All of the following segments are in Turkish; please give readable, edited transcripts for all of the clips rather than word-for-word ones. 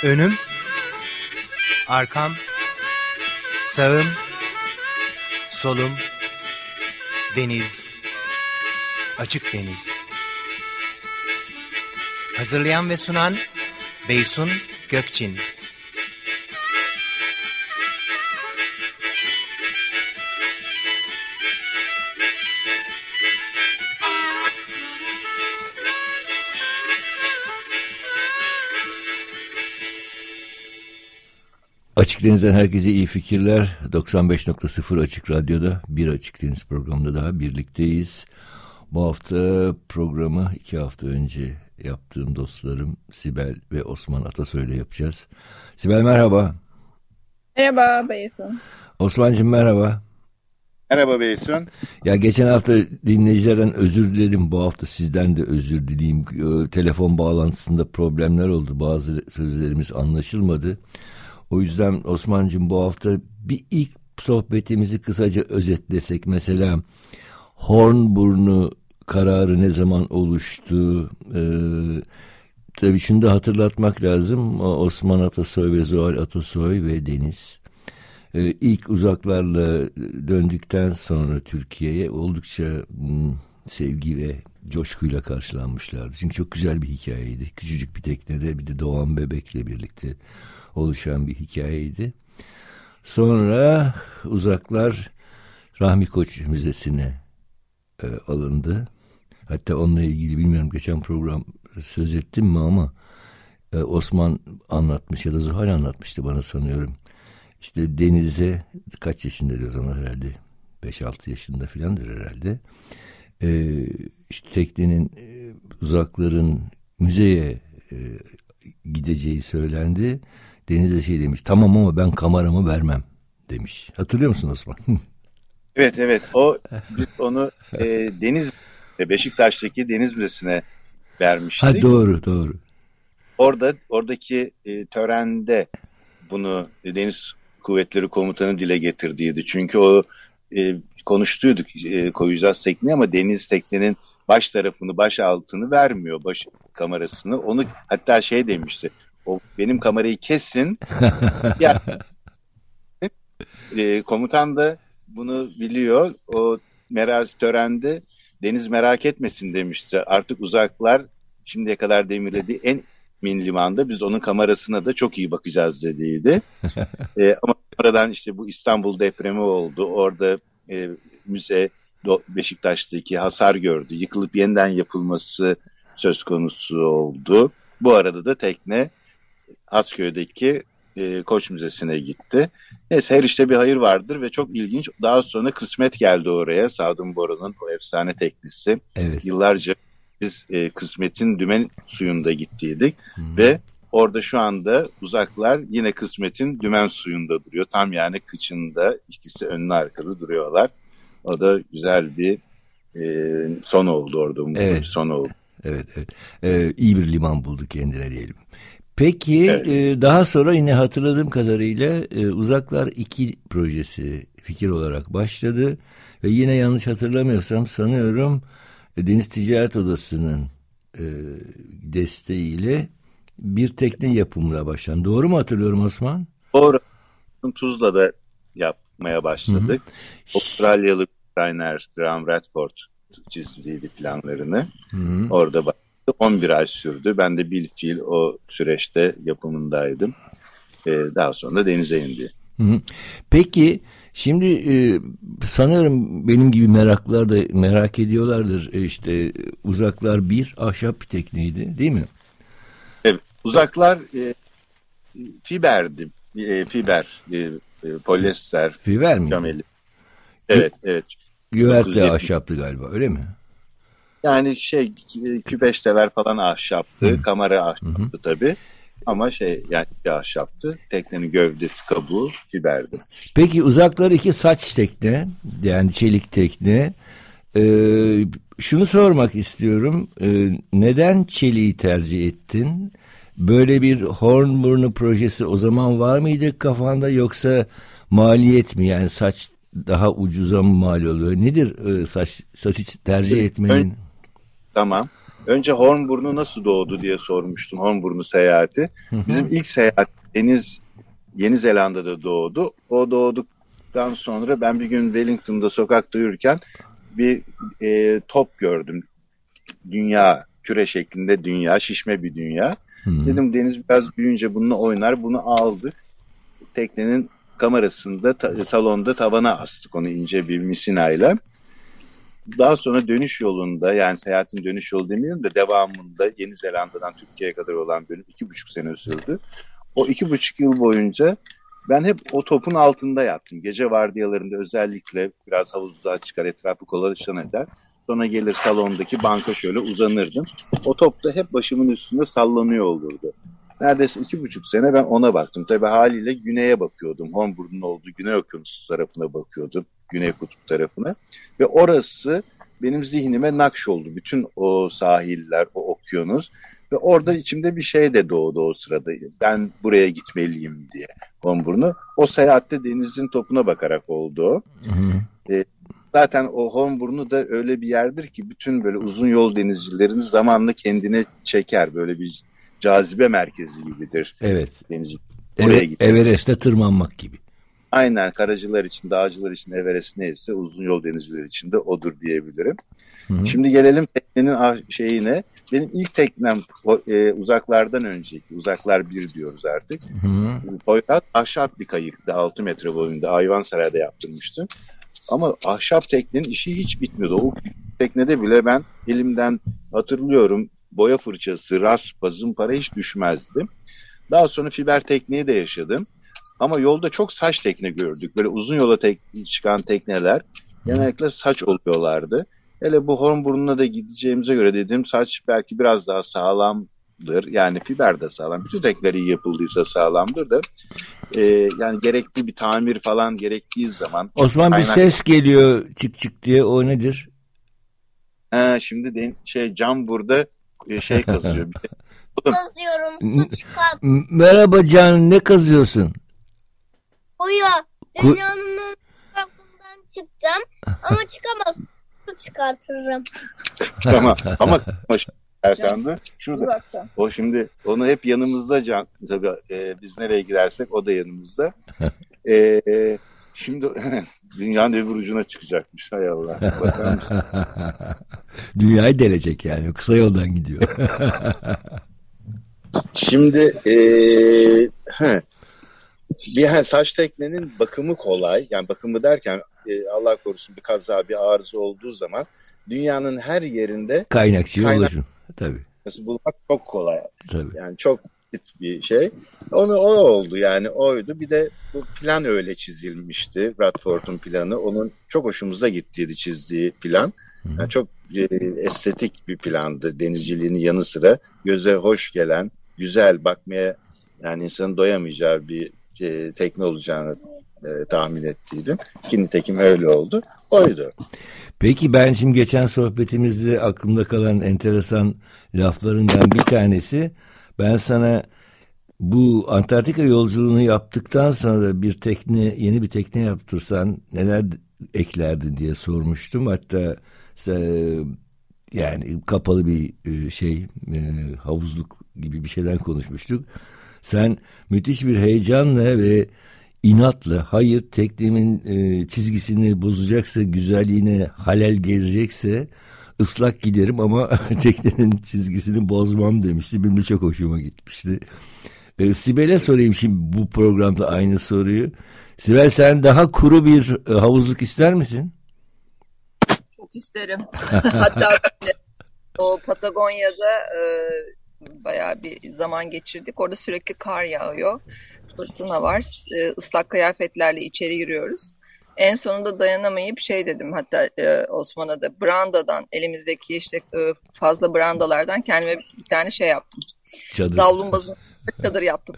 Önüm, arkam, sağım, solum, deniz, açık deniz. Hazırlayan ve sunan Beysun Gökçin. Açık Deniz'den herkese iyi fikirler. 95.0 Açık Radyo'da bir Açık Deniz programında daha birlikteyiz. Bu hafta programı 2 hafta önce yaptığım dostlarım Sibel ve Osman Atasoy'la yapacağız. Sibel merhaba. Merhaba Beysun. Osman'cığım merhaba. Merhaba Beysun. Ya geçen hafta dinleyicilerden özür diledim. Bu hafta sizden de özür dileyim. Telefon bağlantısında problemler oldu. Bazı sözlerimiz anlaşılmadı. O yüzden Osman'cığım bu hafta bir ilk sohbetimizi kısaca özetlesek. Mesela Hornburnu kararı ne zaman oluştu? Tabii şunu da hatırlatmak lazım. Osman Atasoy ve Zuhal Atasoy ve Deniz ilk uzaklarla döndükten sonra Türkiye'ye oldukça sevgi ve coşkuyla karşılanmışlardı. Çünkü çok güzel bir hikayeydi. Küçücük bir teknede bir de doğan bebekle birlikte oluşan bir hikayeydi. Sonra uzaklar Rahmi Koç Müzesi'ne alındı. Hatta onunla ilgili bilmiyorum geçen program söz ettim mi ama Osman anlatmış ya da Zuhal anlatmıştı bana sanıyorum. İşte Deniz'e kaç yaşındaydı o zaman herhalde 5-6 yaşında filandır herhalde. İşte teknenin uzakların müzeye gideceği söylendi. Deniz'e şey demiş, tamam ama ben kameramı vermem demiş. Hatırlıyor musun Osman? Evet. Biz onu Deniz Beşiktaş'taki Deniz Müzesi'ne vermiştik. Ha doğru. Oradaki törende bunu Deniz Kuvvetleri Komutanı dile getirdiydi. Çünkü o konuştuyduk koyacağız tekneyi ama deniz teknenin baş tarafını, baş altını vermiyor, baş kamerasını. Onu hatta şey demişti. O benim kamerayı kessin. Yani, komutan da bunu biliyor. O törende Deniz merak etmesin demişti. Artık uzaklar şimdiye kadar demirlediği en emin limanda biz onun kamerasına da çok iyi bakacağız dediydi. Ama sonradan işte bu İstanbul depremi oldu. Orada müze Beşiktaş'taki hasar gördü. Yıkılıp yeniden yapılması söz konusu oldu. Bu arada da tekne Hasköy'deki Koç Müzesi'ne gitti. Neyse her işte bir hayır vardır ve çok ilginç. Daha sonra kısmet geldi oraya. Sadun Bora'nın o efsane teknesi. Evet. Yıllarca biz kısmetin dümen suyunda gittiydik. Ve orada şu anda uzaklar yine kısmetin dümen suyunda duruyor. Tam yani kıçında ikisi önlü arkalı duruyorlar. O da güzel bir son oldu orada. Evet. Bir son oldu. Evet. İyi bir liman buldu kendine diyelim. Peki evet. Daha sonra yine hatırladığım kadarıyla Uzaklar 2 projesi fikir olarak başladı. Ve yine yanlış hatırlamıyorsam sanıyorum Deniz Ticaret Odası'nın desteğiyle bir tekne yapımına başlandı. Doğru mu hatırlıyorum Osman? Doğru. Tuzla'da yapmaya başladık. Hı-hı. Avustralyalı designer Graham Radford çizdiydi planlarını. Hı-hı. Orada başladı. 11 ay sürdü. Ben de bilfiil o süreçte yapımındaydım. Daha sonra da denize indi. Hı-hı. Peki şimdi sanıyorum benim gibi meraklılar da merak ediyorlardır. İşte Uzaklar 1 ahşap bir tekneydi değil mi? Evet. Uzaklar fiberdi. Fiber, polyester. Fiber mi? Cameli. Evet. Güverte ahşaptı galiba öyle mi? Yani kübeşteler falan ahşaptı. Kamera ahşaptı tabii. Ama yani ahşaptı. Teknenin gövdesi, kabuğu fiberdi. Peki Uzaklar 2 saç tekne, yani çelik tekne. Şunu sormak istiyorum. Neden çeliği tercih ettin? Böyle bir Hornburnu projesi o zaman var mıydı kafanda yoksa maliyet mi? Yani saç daha ucuza mı mal oluyor? Nedir saçı tercih etmenin? Tamam. Önce Hornburnu nasıl doğdu diye sormuştun, Hornburnu seyahati. Bizim ilk seyahat Yeni Zelanda'da doğdu. O doğduktan sonra ben bir gün Wellington'da sokakta yürürken bir top gördüm. Dünya, küre şeklinde dünya, şişme bir dünya. Dedim Deniz biraz büyüyünce bununla oynar. Bunu aldık. Teknenin kamerasında salonda tavana astık onu ince bir misinayla. Daha sonra dönüş yolunda, yani seyahatin dönüş yolu demiyorum da devamında Yeni Zelanda'dan Türkiye'ye kadar olan bölüm 2,5 sene sürdü. O 2,5 yıl boyunca ben hep o topun altında yattım. Gece vardiyalarında özellikle biraz havuzluğa çıkar, etrafı kolaşan eder. Sonra gelir salondaki banka şöyle uzanırdım. O top da hep başımın üstünde sallanıyor olurdu. Neredeyse 2,5 sene ben ona baktım. Tabii haliyle güneye bakıyordum. Hornburnu'nun olduğu Güney Okyanusu tarafına bakıyordum. Güney Kutup tarafına. Ve orası benim zihnime nakş oldu. Bütün o sahiller, o okyanus. Ve orada içimde bir şey de doğdu o sırada. Ben buraya gitmeliyim diye Hornburnu. O seyahatte denizin topuna bakarak oldu o. Zaten o Hornburnu da öyle bir yerdir ki bütün böyle uzun yol denizcilerini zamanla kendine çeker. Böyle bir cazibe merkezi gibidir. Evet. Deniz. Everest'e tırmanmak gibi. Aynen, karacılar için, dağcılar için Everest neyse uzun yol denizciler için de odur diyebilirim. Şimdi gelelim teknenin şeyine. Benim ilk teknem uzaklardan önceki, uzaklar 1 diyoruz artık. Poyraz ahşap bir kayıktı, 6 metre boyunda, Ayvansaray'da yaptırmıştım. Ama ahşap teknenin işi hiç bitmiyordu. O teknede bile ben elimden hatırlıyorum boya fırçası, raspa, zımpara hiç düşmezdi. Daha sonra fiber tekneyi de yaşadım. Ama yolda çok saç tekne gördük. Böyle uzun yola çıkan tekneler genellikle saç oluyorlardı. Hele bu Hornburnu'na da gideceğimize göre dedim saç belki biraz daha sağlamdır. Yani fiber de sağlam. Bütün tekneler iyi yapıldıysa sağlamdır da. Yani gerekli bir tamir falan gerektiği zaman. Osman bir ses geliyor çık çık diye, o nedir? Şimdi Can burada kazıyor. Kazıyorum, su çıkart. Merhaba Can, ne kazıyorsun? Kuyu. Dünyanın tarafından çıkacağım ama çıkamaz. Su çıkartırım. Tamam ama sen de şurada. Uzaktan. O şimdi onu hep yanımızda Can. Tabii biz nereye gidersek o da yanımızda. Şimdi dünyanın öbür ucuna çıkacakmış. Hay Allah. Bakar mısın? Dünyayı delecek yani. Kısa yoldan gidiyor. Şimdi saç teknenin bakımı kolay. Yani bakımı derken Allah korusun bir kaza, bir arıza olduğu zaman dünyanın her yerinde kaynakçı ulaşım. Tabii. Bulmak çok kolay. Tabii. Yani çok bir şey. O oldu yani, oydu. Bir de bu plan öyle çizilmişti. Bradford'un planı. Onun çok hoşumuza gittiydi çizdiği plan. Yani çok estetik bir plandı. Denizciliğinin yanı sıra göze hoş gelen, güzel, bakmaya yani insanın doyamayacağı bir tekne olacağını tahmin ettiydim. Ki nitekim öyle oldu. Oydu. Peki ben şimdi geçen sohbetimizde aklımda kalan enteresan laflarından bir tanesi, ben sana bu Antarktika yolculuğunu yaptıktan sonra yeni bir tekne yaptırsan neler eklerdin diye sormuştum. Hatta yani kapalı bir havuzluk gibi bir şeyden konuşmuştuk. Sen müthiş bir heyecanla ve inatla, hayır teknemin çizgisini bozacaksa, güzelliğine halel gelecekse ıslak giderim ama teknenin çizgisini bozmam demişti. Benim de çok hoşuma gitmişti. Sibel'e sorayım şimdi bu programda aynı soruyu. Sibel, sen daha kuru bir havuzluk ister misin? Çok isterim. Hatta ben de o Patagonya'da bayağı bir zaman geçirdik. Orada sürekli kar yağıyor. Fırtına var. Islak kıyafetlerle içeri giriyoruz. En sonunda dayanamayıp dedim hatta Osman'a da, brandadan, elimizdeki fazla brandalardan kendime bir tane yaptım. Çadır. Davlumbazın çadır yaptım.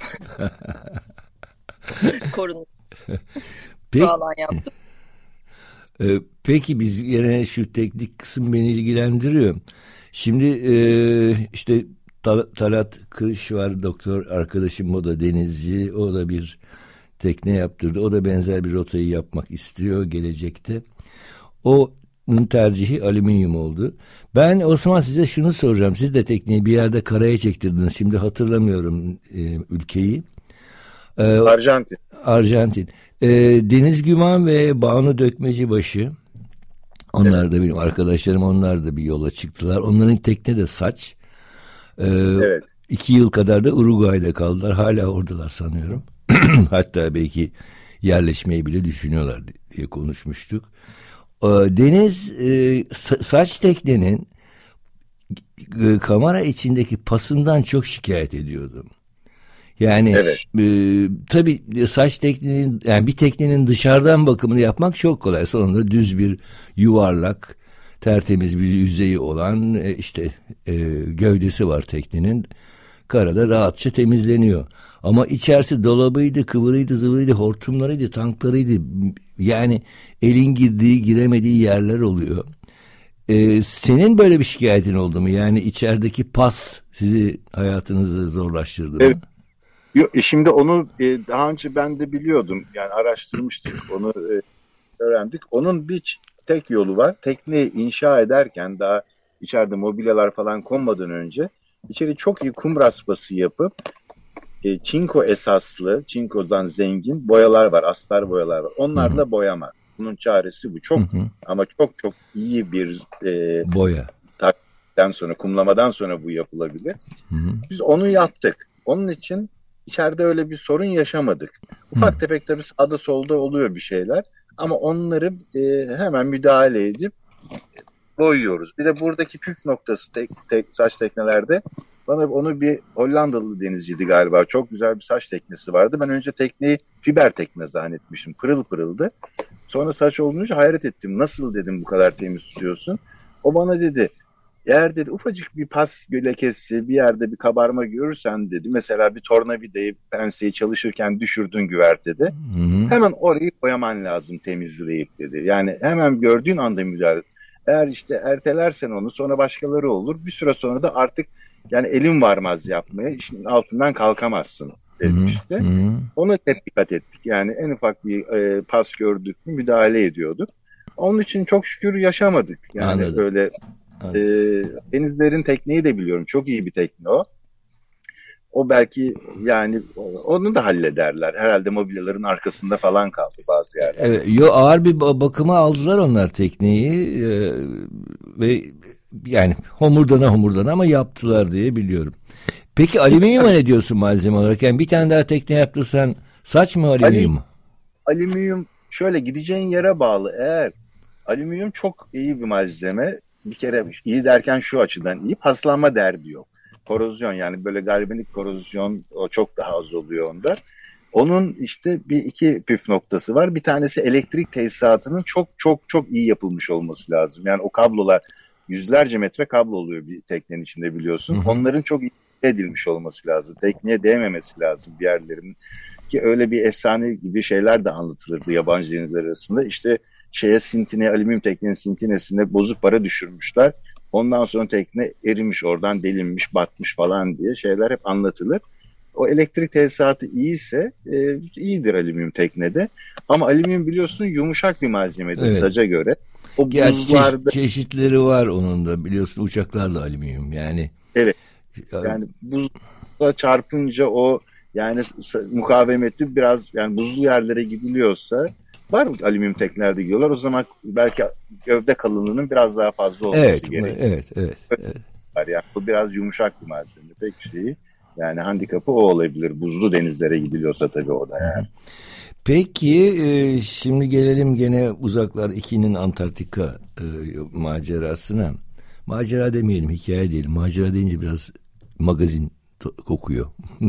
Korunun. Falan yaptım. Peki biz yine şu teknik kısım beni ilgilendiriyor. Şimdi işte Talat Kırış var, doktor arkadaşım, o da denizci, o da bir tekne yaptırdı. O da benzer bir rotayı yapmak istiyor gelecekte. O tercihi alüminyum oldu. Ben Osman size şunu soracağım. Siz de tekneyi bir yerde karaya çektirdiniz. Şimdi hatırlamıyorum ülkeyi. Arjantin. Arjantin. Deniz Güman ve Banu Dökmecibaşı. Onlar da benim arkadaşlarım. Onlar da bir yola çıktılar. Onların tekne de Saç. Evet. 2 yıl kadar da Uruguay'da kaldılar. Hala oradalar sanıyorum. Hatta belki yerleşmeyi bile düşünüyorlar diye konuşmuştuk. Deniz Saç teknenin kamera içindeki pasından çok şikayet ediyordum. Yani evet. Tabii saç teknenin, yani bir teknenin dışarıdan bakımını yapmak çok kolay. Sonunda düz bir yuvarlak, tertemiz bir yüzeyi olan gövdesi var teknenin. Karada rahatça temizleniyor. Ama içerisi dolabıydı, kıvırıydı, zıvırıydı, hortumlarıydı, tanklarıydı. Yani elin girdiği, giremediği yerler oluyor. Senin böyle bir şikayetin oldu mu? Yani içerideki pas sizi, hayatınızı zorlaştırdı mı? Evet. Yok, şimdi onu daha önce ben de biliyordum. Yani araştırmıştık, onu öğrendik. Onun bir tek yolu var. Tekneyi inşa ederken, daha içeride mobilyalar falan konmadan önce içeri çok iyi kum raspası yapıp çinko esaslı, çinkodan zengin boyalar var, astar boyalar var. Onlarla boyama. Bunun çaresi bu. Çok ama çok çok iyi bir boya. Taktikten sonra, kumlamadan sonra bu yapılabilir. Biz onu yaptık. Onun için içeride öyle bir sorun yaşamadık. Ufak tefek tabii sağda solda oluyor bir şeyler. Ama onları hemen müdahale edip boyuyoruz. Bir de buradaki püf noktası saç teknelerde, bana onu bir Hollandalı denizciydi galiba. Çok güzel bir saç teknesi vardı. Ben önce tekneyi fiber tekne zannetmişim. Pırıl pırıldı. Sonra saç olunca hayret ettim. Nasıl dedim bu kadar temiz tutuyorsun? O bana dedi, eğer dedi ufacık bir pas lekesi, bir yerde bir kabarma görürsen dedi, mesela bir tornavidayı, penseyi çalışırken düşürdün güvertede, hemen orayı boyaman lazım temizleyip dedi. Yani hemen gördüğün anda müdahale. Eğer işte ertelersen onu, sonra başkaları olur. Bir süre sonra da artık yani elin varmaz yapmaya, işin altından kalkamazsın demişti. Ona hep dikkat ettik. Yani en ufak bir pas gördük mü müdahale ediyorduk. Onun için çok şükür yaşamadık. Yani Anladım. böyle Denizler'in tekneyi de biliyorum. Çok iyi bir tekne o. O belki yani onu da hallederler. Herhalde mobilyaların arkasında falan kaldı bazı yerler. Evet, ağır bir bakıma aldılar onlar tekneyi ve yani homurdana ama yaptılar diye biliyorum. Peki alüminyuma ne diyorsun malzeme olarak? Yani bir tane daha tekne yaptırsan saç mı alüminyum mu? Alüminyum şöyle, gideceğin yere bağlı. Eğer alüminyum çok iyi bir malzeme. Bir kere iyi derken şu açıdan iyi. Paslanma derdi yok. Korozyon, yani böyle galvanik korozyon o çok daha az oluyor onda. Onun işte iki püf noktası var. Bir tanesi elektrik tesisatının çok çok çok iyi yapılmış olması lazım. Yani o kablolar, yüzlerce metre kablo oluyor bir teknenin içinde biliyorsun. Onların çok iyi edilmiş olması lazım. Tekneye değmemesi lazım bir yerlerin. Ki öyle bir efsane gibi şeyler de anlatılırdı yabancı denizler arasında. İşte alüminyum teknenin sintinesine bozuk para düşürmüşler. Ondan sonra tekne erimiş, oradan delinmiş, batmış falan diye şeyler hep anlatılır. O elektrik tesisatı iyiyse iyidir alüminyum teknede. Ama alüminyum biliyorsun yumuşak bir malzemedir saca göre. O buzlarda... çeşitleri var onun da biliyorsun, uçaklar da alüminyum yani. Evet. Yani buzla çarpınca o yani mukavemetli biraz, yani buzlu yerlere gidiliyorsa, var mı alüminyum teknelerde gidiyorlar, o zaman belki gövde kalınlığının biraz daha fazla olması gerekiyor. Evet. Yani bu biraz yumuşak bir malzeme. Pek şeyi, yani handikapı o olabilir. Buzlu denizlere gidiliyorsa tabii o da yani. Peki şimdi gelelim gene uzaklar 2'nin Antarktika macerasına. Macera demeyelim, hikaye diyelim. Macera deyince biraz magazin kokuyor.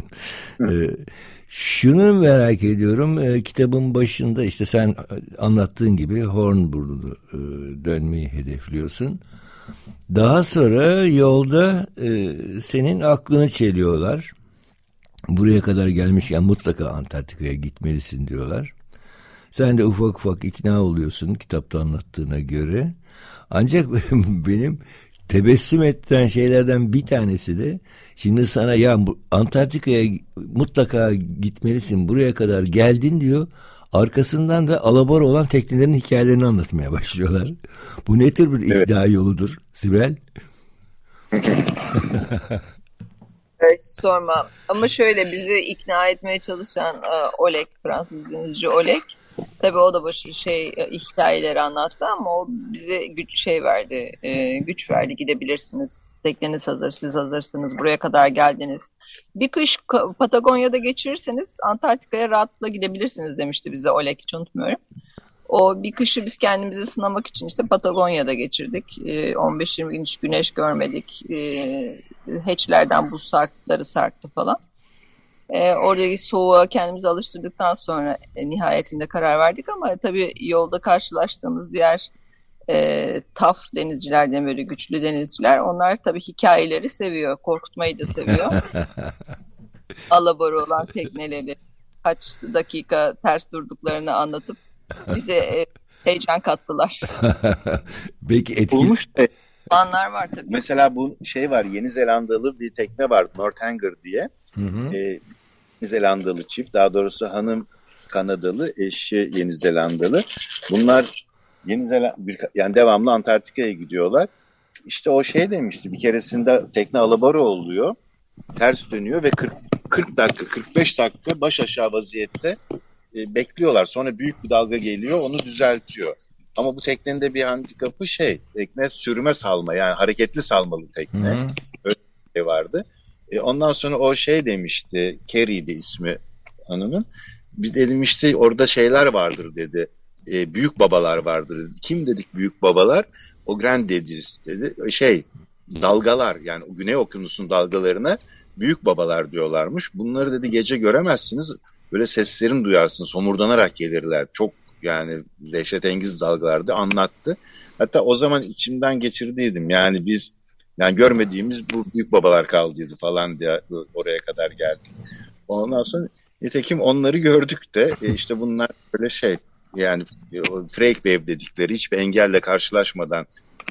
Şunu merak ediyorum. Kitabın başında işte sen anlattığın gibi Hornburnu'nu dönmeyi hedefliyorsun. Daha sonra yolda senin aklını çeliyorlar. Buraya kadar gelmişken mutlaka Antarktika'ya gitmelisin diyorlar. Sen de ufak ufak ikna oluyorsun kitapta anlattığına göre. Ancak benim tebessüm ettiren şeylerden bir tanesi de şimdi sana ya Antarktika'ya mutlaka gitmelisin, buraya kadar geldin diyor Arkasından da alabora olan teknelerin hikayelerini anlatmaya başlıyorlar. Bu ne tür bir ikna yoludur Sibel? Evet, sorma. Ama şöyle, bizi ikna etmeye çalışan Oleg, Fransız denizci Oleg. Tabii o da başı hikayeleri anlattı ama o bize güç verdi, güç verdi. Gidebilirsiniz, tekneniz hazır, siz hazırsınız, buraya kadar geldiniz. Bir kış Patagonya'da geçirirseniz Antarktika'ya rahatlıkla gidebilirsiniz demişti bize Oleg, hiç unutmuyorum. O bir kışı biz kendimizi sınamak için işte Patagonya'da geçirdik. 15-20 gün hiç güneş görmedik. Hatch'lerden buz sarkıtları sarktı falan. Oradaki soğuğa kendimizi alıştırdıktan sonra nihayetinde karar verdik ama tabii yolda karşılaştığımız diğer tough denizcilerden, böyle güçlü denizciler, onlar tabii hikayeleri seviyor, korkutmayı da seviyor. Alabora olan tekneleri kaç dakika ters durduklarını anlatıp bize heyecan kattılar. Belki etkili. Bulmuş da Anlar var tabii. mesela bu var, Yeni Zelandalı bir tekne var, Northanger diye. Yeni Zelandalı çift, daha doğrusu hanım Kanadalı, eşi Yeni Zelandalı. Bunlar yani devamlı Antarktika'ya gidiyorlar. İşte o demişti, bir keresinde tekne alabora oluyor, ters dönüyor ve 40 dakika 45 dakika baş aşağı vaziyette bekliyorlar. Sonra büyük bir dalga geliyor, onu düzeltiyor. Ama bu teknenin de bir handikapı tekne sürme salma, yani hareketli salmalı tekne. Öyle bir şey vardı. Ondan sonra o demişti, Carrie'di ismi hanımın. Bir dedim işte orada şeyler vardır dedi. Büyük babalar vardır dedi. Kim dedik büyük babalar? O Granddaddies dedi. Dalgalar, yani Güney Okyanusu'nun dalgalarına büyük babalar diyorlarmış. Bunları dedi gece göremezsiniz. Böyle seslerini duyarsınız. Homurdanarak gelirler. Çok yani dehşetengiz dalgalardı, anlattı. Hatta o zaman içimden geçirdiydim. Yani biz görmediğimiz bu büyük babalar kaldıydı falan diye oraya kadar geldik. Ondan sonra nitekim onları gördük de işte bunlar böyle yani freak wave dedikleri, hiçbir engelle karşılaşmadan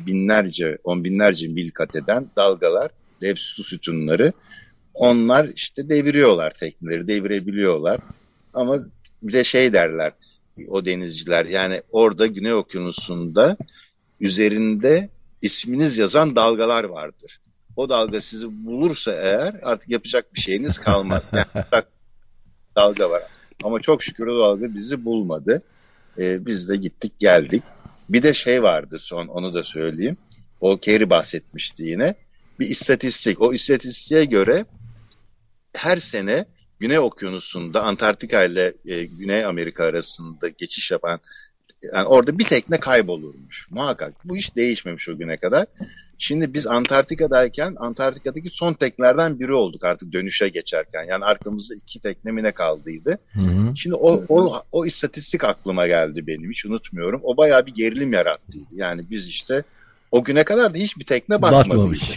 on binlerce mil kat eden dalgalar, dev su sütunları. Onlar işte deviriyorlar tekneleri, devirebiliyorlar. Ama bir de derler o denizciler, yani orada Güney Okyanusu'nda üzerinde isminiz yazan dalgalar vardır. O dalga sizi bulursa eğer artık yapacak bir şeyiniz kalmaz. Yani dalga var. Ama çok şükür o dalga bizi bulmadı. Biz de gittik geldik. Bir de vardı, onu da söyleyeyim. O Carrie bahsetmişti yine. Bir istatistik. O istatistiğe göre her sene Güney Okyanusu'nda Antarktika ile Güney Amerika arasında geçiş yapan, yani orada bir tekne kaybolurmuş. Muhakkak. Bu hiç değişmemiş o güne kadar. Şimdi biz Antarktika'dayken Antarktika'daki son teknelerden biri olduk artık dönüşe geçerken. Yani arkamızda 2 tekne mi ne kaldıydı. Şimdi o istatistik aklıma geldi benim. Hiç unutmuyorum. O bayağı bir gerilim yarattıydı. Yani biz işte o güne kadar da hiçbir tekne batmamış.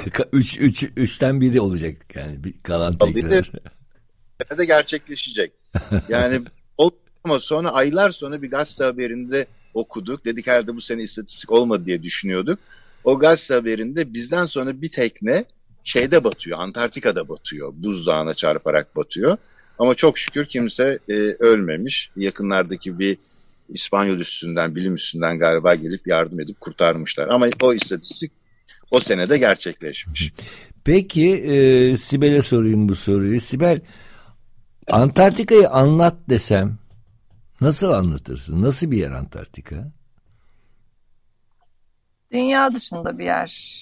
Üçten biri olacak yani kalan tekneler. De gerçekleşecek. Yani ama sonra aylar sonra bir gazete haberinde okuduk. Dedik herhalde bu sene istatistik olmadı diye düşünüyorduk. O gazete haberinde bizden sonra bir tekne batıyor. Antarktika'da batıyor. Buzdağına çarparak batıyor. Ama çok şükür kimse ölmemiş. Yakınlardaki bir İspanyol üssünden, bilim üssünden galiba gelip yardım edip kurtarmışlar. Ama o istatistik o senede gerçekleşmiş. Peki Sibel'e sorayım bu soruyu. Sibel, Antarktika'yı anlat desem nasıl anlatırsın? Nasıl bir yer Antarktika? Dünya dışında bir yer.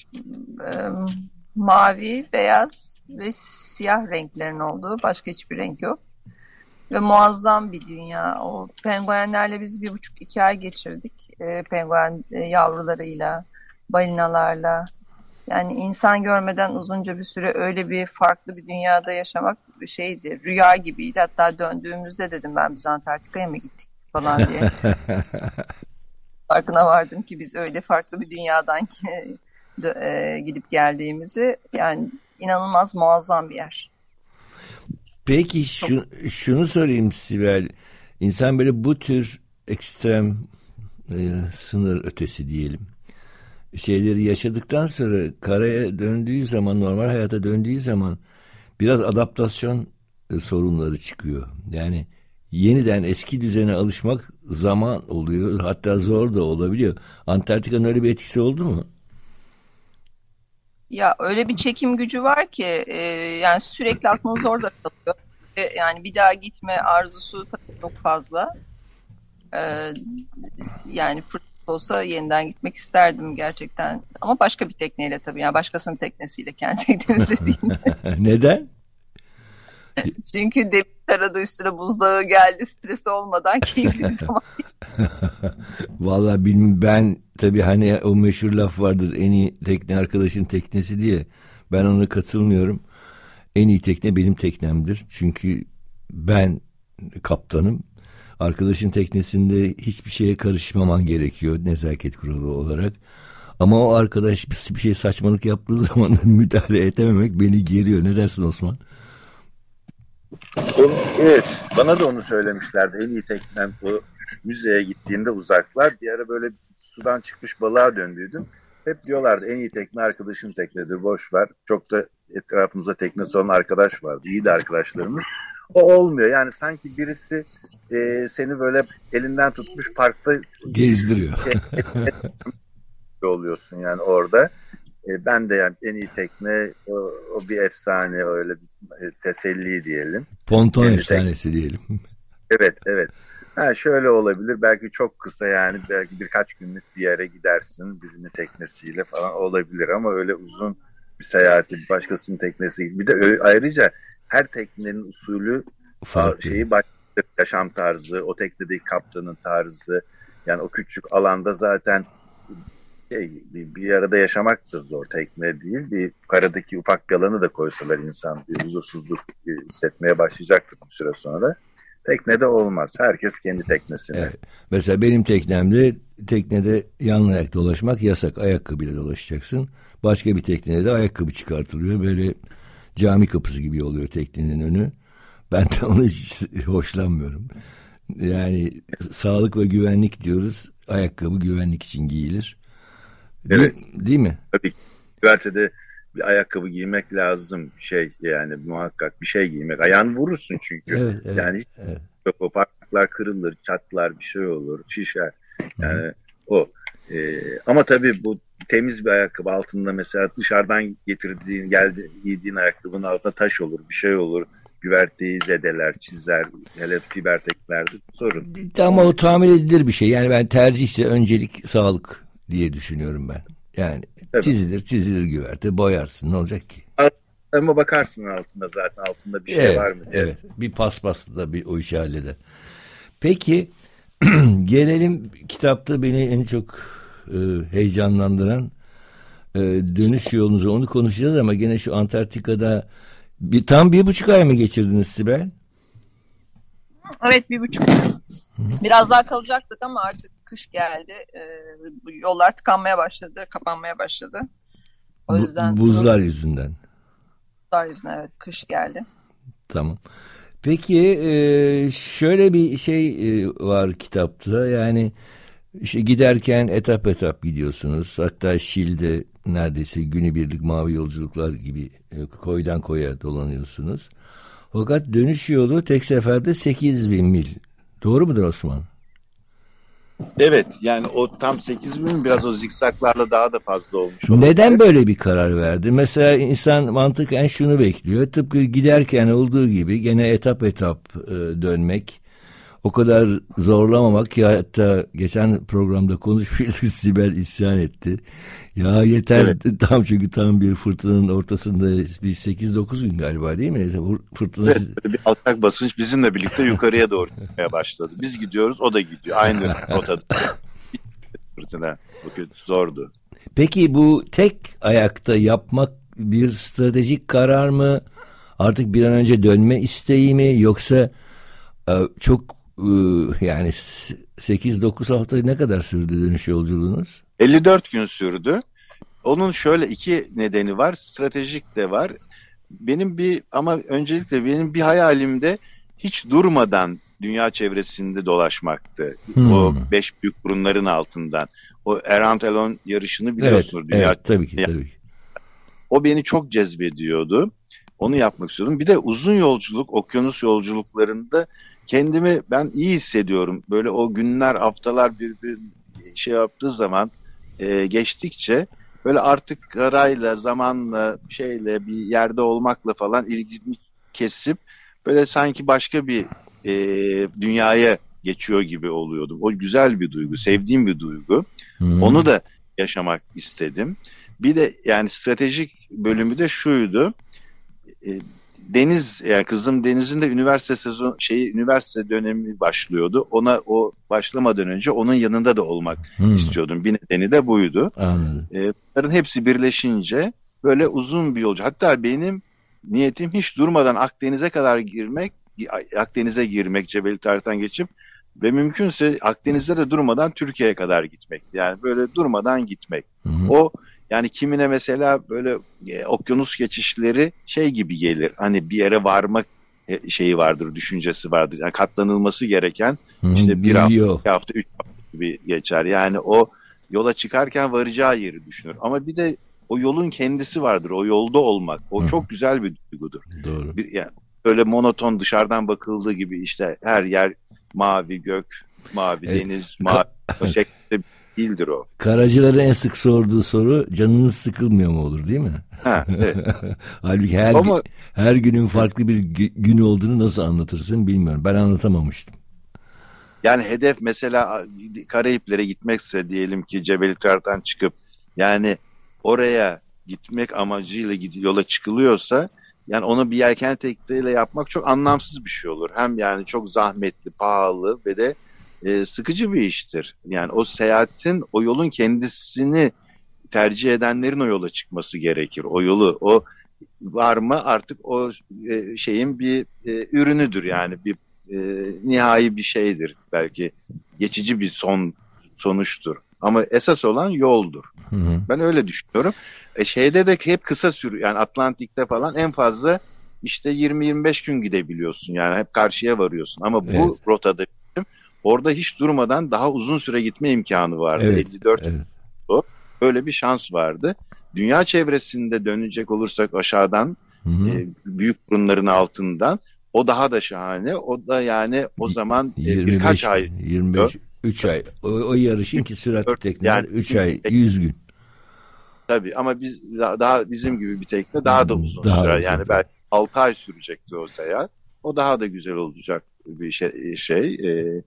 Mavi, beyaz ve siyah renklerin olduğu, başka hiçbir renk yok. Ve muazzam bir dünya. O penguenlerle biz 1,5-2 ay geçirdik. Penguen yavrularıyla, balinalarla. Yani insan görmeden uzunca bir süre öyle bir farklı bir dünyada yaşamak bir şeydi. Rüya gibiydi. Hatta döndüğümüzde dedim ben, biz Antarktika'ya mı gittik falan diye. Farkına vardım ki biz öyle farklı bir dünyadan gidip geldiğimizi. Yani inanılmaz muazzam bir yer. Peki şunu sorayım Sibel. İnsan böyle bu tür ekstrem sınır ötesi diyelim şeyleri yaşadıktan sonra karaya döndüğü zaman, normal hayata döndüğü zaman biraz adaptasyon sorunları çıkıyor. Yani yeniden eski düzene alışmak zaman oluyor. Hatta zor da olabiliyor. Antarktika'nın öyle bir etkisi oldu mu? Ya öyle bir çekim gücü var ki yani sürekli aklınız orada kalıyor. Yani bir daha gitme arzusu tabii çok fazla. Yani fırsat olsa yeniden gitmek isterdim gerçekten. Ama başka bir tekneyle tabii. Yani başkasının teknesiyle, kendi teknemizle değil. Neden? Çünkü demir arada üstüne buzdağı geldi, stresi olmadan keyifli bir zaman. Vallahi bilmiyorum, ben tabii hani o meşhur laf vardır, en iyi tekne arkadaşın teknesi diye. Ben ona katılmıyorum. En iyi tekne benim teknemdir. Çünkü ben kaptanım. Arkadaşın teknesinde hiçbir şeye karışmaman gerekiyor nezaket kuralı olarak. Ama o arkadaş bir şey saçmalık yaptığı zaman müdahale edememek beni geriyor. Ne dersin Osman? Evet, bana da onu söylemişlerdi. En iyi teknem bu, müzeye gittiğinde uzaklar. Bir ara böyle sudan çıkmış balığa döndüydüm. Hep diyorlardı en iyi tekne arkadaşın teknedir, boş ver. Çok da etrafımızda teknesi olan arkadaş vardı. İyi de arkadaşlarımız. O olmuyor. Yani sanki birisi seni böyle elinden tutmuş parkta gezdiriyor. Oluyorsun yani orada. Ben de yani en iyi tekne o bir efsane, öyle bir teselli diyelim. Ponton yani efsanesi diyelim. Evet. Ha, şöyle olabilir, belki çok kısa, yani belki birkaç günlük bir yere gidersin birinin teknesiyle falan olabilir, ama öyle uzun bir seyahati başkasının teknesi, bir de ayrıca her teknenin usulü farklı. Şeyi başka, yaşam tarzı, o teknedeki kaptanın tarzı, yani o küçük alanda zaten bir arada yaşamak da zor, tekne değil. Bir karadaki ufak bir alanı da koysalar insan bir huzursuzluk hissetmeye başlayacaktır bir süre sonra. Teknede olmaz. Herkes kendi teknesine. Evet. Mesela benim teknede yalın ayak dolaşmak yasak. Ayakkabıyla dolaşacaksın. Başka bir teknede de ayakkabı çıkartılıyor. Böyle cami kapısı gibi oluyor teknenin önü. Ben de onu hiç hoşlanmıyorum. Yani sağlık ve güvenlik diyoruz. Ayakkabı güvenlik için giyilir. Evet. Değil mi? Tabii. Güvertede bir ayakkabı giymek lazım. Yani muhakkak bir şey giymek. Ayağını vurursun çünkü. Evet, yani evet. O parmaklar kırılır, çatlar, bir şey olur, şişer. Yani o. Ama tabii bu temiz bir ayakkabı altında, mesela dışarıdan giydiğin ayakkabının altında taş olur, bir şey olur. Güverteyi zedeler, çizer, hele fiber teklerde sorun. Ama o tahmin edilir bir şey. Yani ben tercihse öncelik sağlık diye düşünüyorum ben. Yani tabii. Çizilir güverte, boyarsın, ne olacak ki? Ama bakarsın altında bir şey var mı diye. Evet, bir paspasla da o işi halleder. Peki gelelim, kitapta beni en çok heyecanlandıran dönüş yolunuza, onu konuşacağız ama gene şu Antarktika'da tam 1,5 ay mı geçirdiniz Sibel? Evet, 1,5 ay. Biraz daha kalacaktık ama artık kış geldi. Yollar tıkanmaya başladı, kapanmaya başladı. O yüzden buzlar yüzünden. Buzlar yüzünden, evet, kış geldi. Tamam. Peki şöyle bir şey var kitapta. Yani işte giderken etap gidiyorsunuz. Hatta Şili'de neredeyse günübirlik mavi yolculuklar gibi koydan koya dolanıyorsunuz. Fakat dönüş yolu tek seferde 8.000 mil. Doğru mudur Osman? Evet, yani o tam 8.000, biraz o zikzaklarla daha da fazla olmuş olabilir. Neden böyle bir karar verdi? Mesela insan mantıken şunu bekliyor. Tıpkı giderken olduğu gibi gene etap dönmek. O kadar zorlamamak ki, hatta geçen programda konuşmuştuk, Sibel isyan etti. Ya yeter, evet. Çünkü tam bir fırtınanın ortasında bir 8-9 gün galiba, değil mi? Fırtına... Evet, bir alçak basınç bizimle birlikte yukarıya doğru gitmeye başladı. Biz gidiyoruz, o da gidiyor. Aynı rotada. Fırtına. Bu zordu. Peki bu tek ayakta yapmak bir stratejik karar mı? Artık bir an önce dönme isteği mi? Yoksa çok yani 8-9 hafta ne kadar sürdü dönüş yolculuğunuz? 54 gün sürdü. Onun şöyle iki nedeni var. Stratejik de var. Ama öncelikle benim bir hayalimde hiç durmadan dünya çevresinde dolaşmaktı. O 5 büyük burunların altından. O Around Alone yarışını biliyorsunuz. Evet, dünya tabii ki. O beni çok cezbediyordu. Onu yapmak istiyordum. Bir de uzun yolculuk, okyanus yolculuklarında kendimi ben iyi hissediyorum. Böyle o günler, haftalar bir şey yaptığı zaman geçtikçe böyle artık karayla, zamanla, şeyle, bir yerde olmakla falan ilgimi kesip böyle sanki başka bir dünyaya geçiyor gibi oluyordum. O güzel bir duygu, sevdiğim bir duygu. Onu da yaşamak istedim. Bir de yani stratejik bölümü de şuydu. Deniz, yani kızım Deniz'in de üniversite dönemi başlıyordu. Ona o başlamadan önce onun yanında da olmak istiyordum. Bir nedeni de buydu. Bunların hepsi birleşince böyle uzun bir yolcu. Hatta benim niyetim hiç durmadan Akdeniz'e girmek, Cebeli Tarık'tan geçip ve mümkünse Akdeniz'de de durmadan Türkiye'ye kadar gitmekti. Yani böyle durmadan gitmek. O yani kimine mesela böyle okyanus geçişleri şey gibi gelir. Hani bir yere varmak şeyi vardır, düşüncesi vardır. Yani katlanılması gereken işte bir hafta, 2 hafta, 3 hafta gibi geçer. Yani o yola çıkarken varacağı yeri düşünür. Ama bir de o yolun kendisi vardır. O yolda olmak. O çok güzel bir duygudur. Doğru. Yani böyle monoton dışarıdan bakıldığı gibi işte her yer mavi gök, mavi deniz, mavi o şekilde değildir o. Karacıların en sık sorduğu soru canınız sıkılmıyor mu olur değil mi? Evet. Halbuki her günün farklı bir gün olduğunu nasıl anlatırsın bilmiyorum. Ben anlatamamıştım. Yani hedef mesela Karayiplere gitmekse diyelim ki Cebeli Tarık'tan çıkıp yani oraya gitmek amacıyla yola çıkılıyorsa yani onu bir yelken tekneyle yapmak çok anlamsız bir şey olur. Hem yani çok zahmetli, pahalı ve de sıkıcı bir iştir. Yani o seyahatin, o yolun kendisini tercih edenlerin o yola çıkması gerekir. O yolu, o var mı artık o şeyin bir ürünüdür. Yani bir nihai bir şeydir. Belki geçici bir sonuçtur. Ama esas olan yoldur. Ben öyle düşünüyorum. Şeyde de hep kısa yani Atlantik'te falan en fazla işte 20-25 gün gidebiliyorsun. Yani hep karşıya varıyorsun. Ama bu rotada orada hiç durmadan daha uzun süre gitme imkanı vardı. 54 öyle bir şans vardı. Dünya çevresinde dönecek olursak aşağıdan büyük burunların altından o daha da şahane. O da yani o zaman 25, birkaç ay 25 3 ay. O yarışın ki süratli tekneler yani 3 ay 100 gün. Tabii ama daha bizim gibi bir tekne daha da uzun sürer. Yani belki 6 ay sürecekti o seyahat. O daha da güzel olacak bir şey.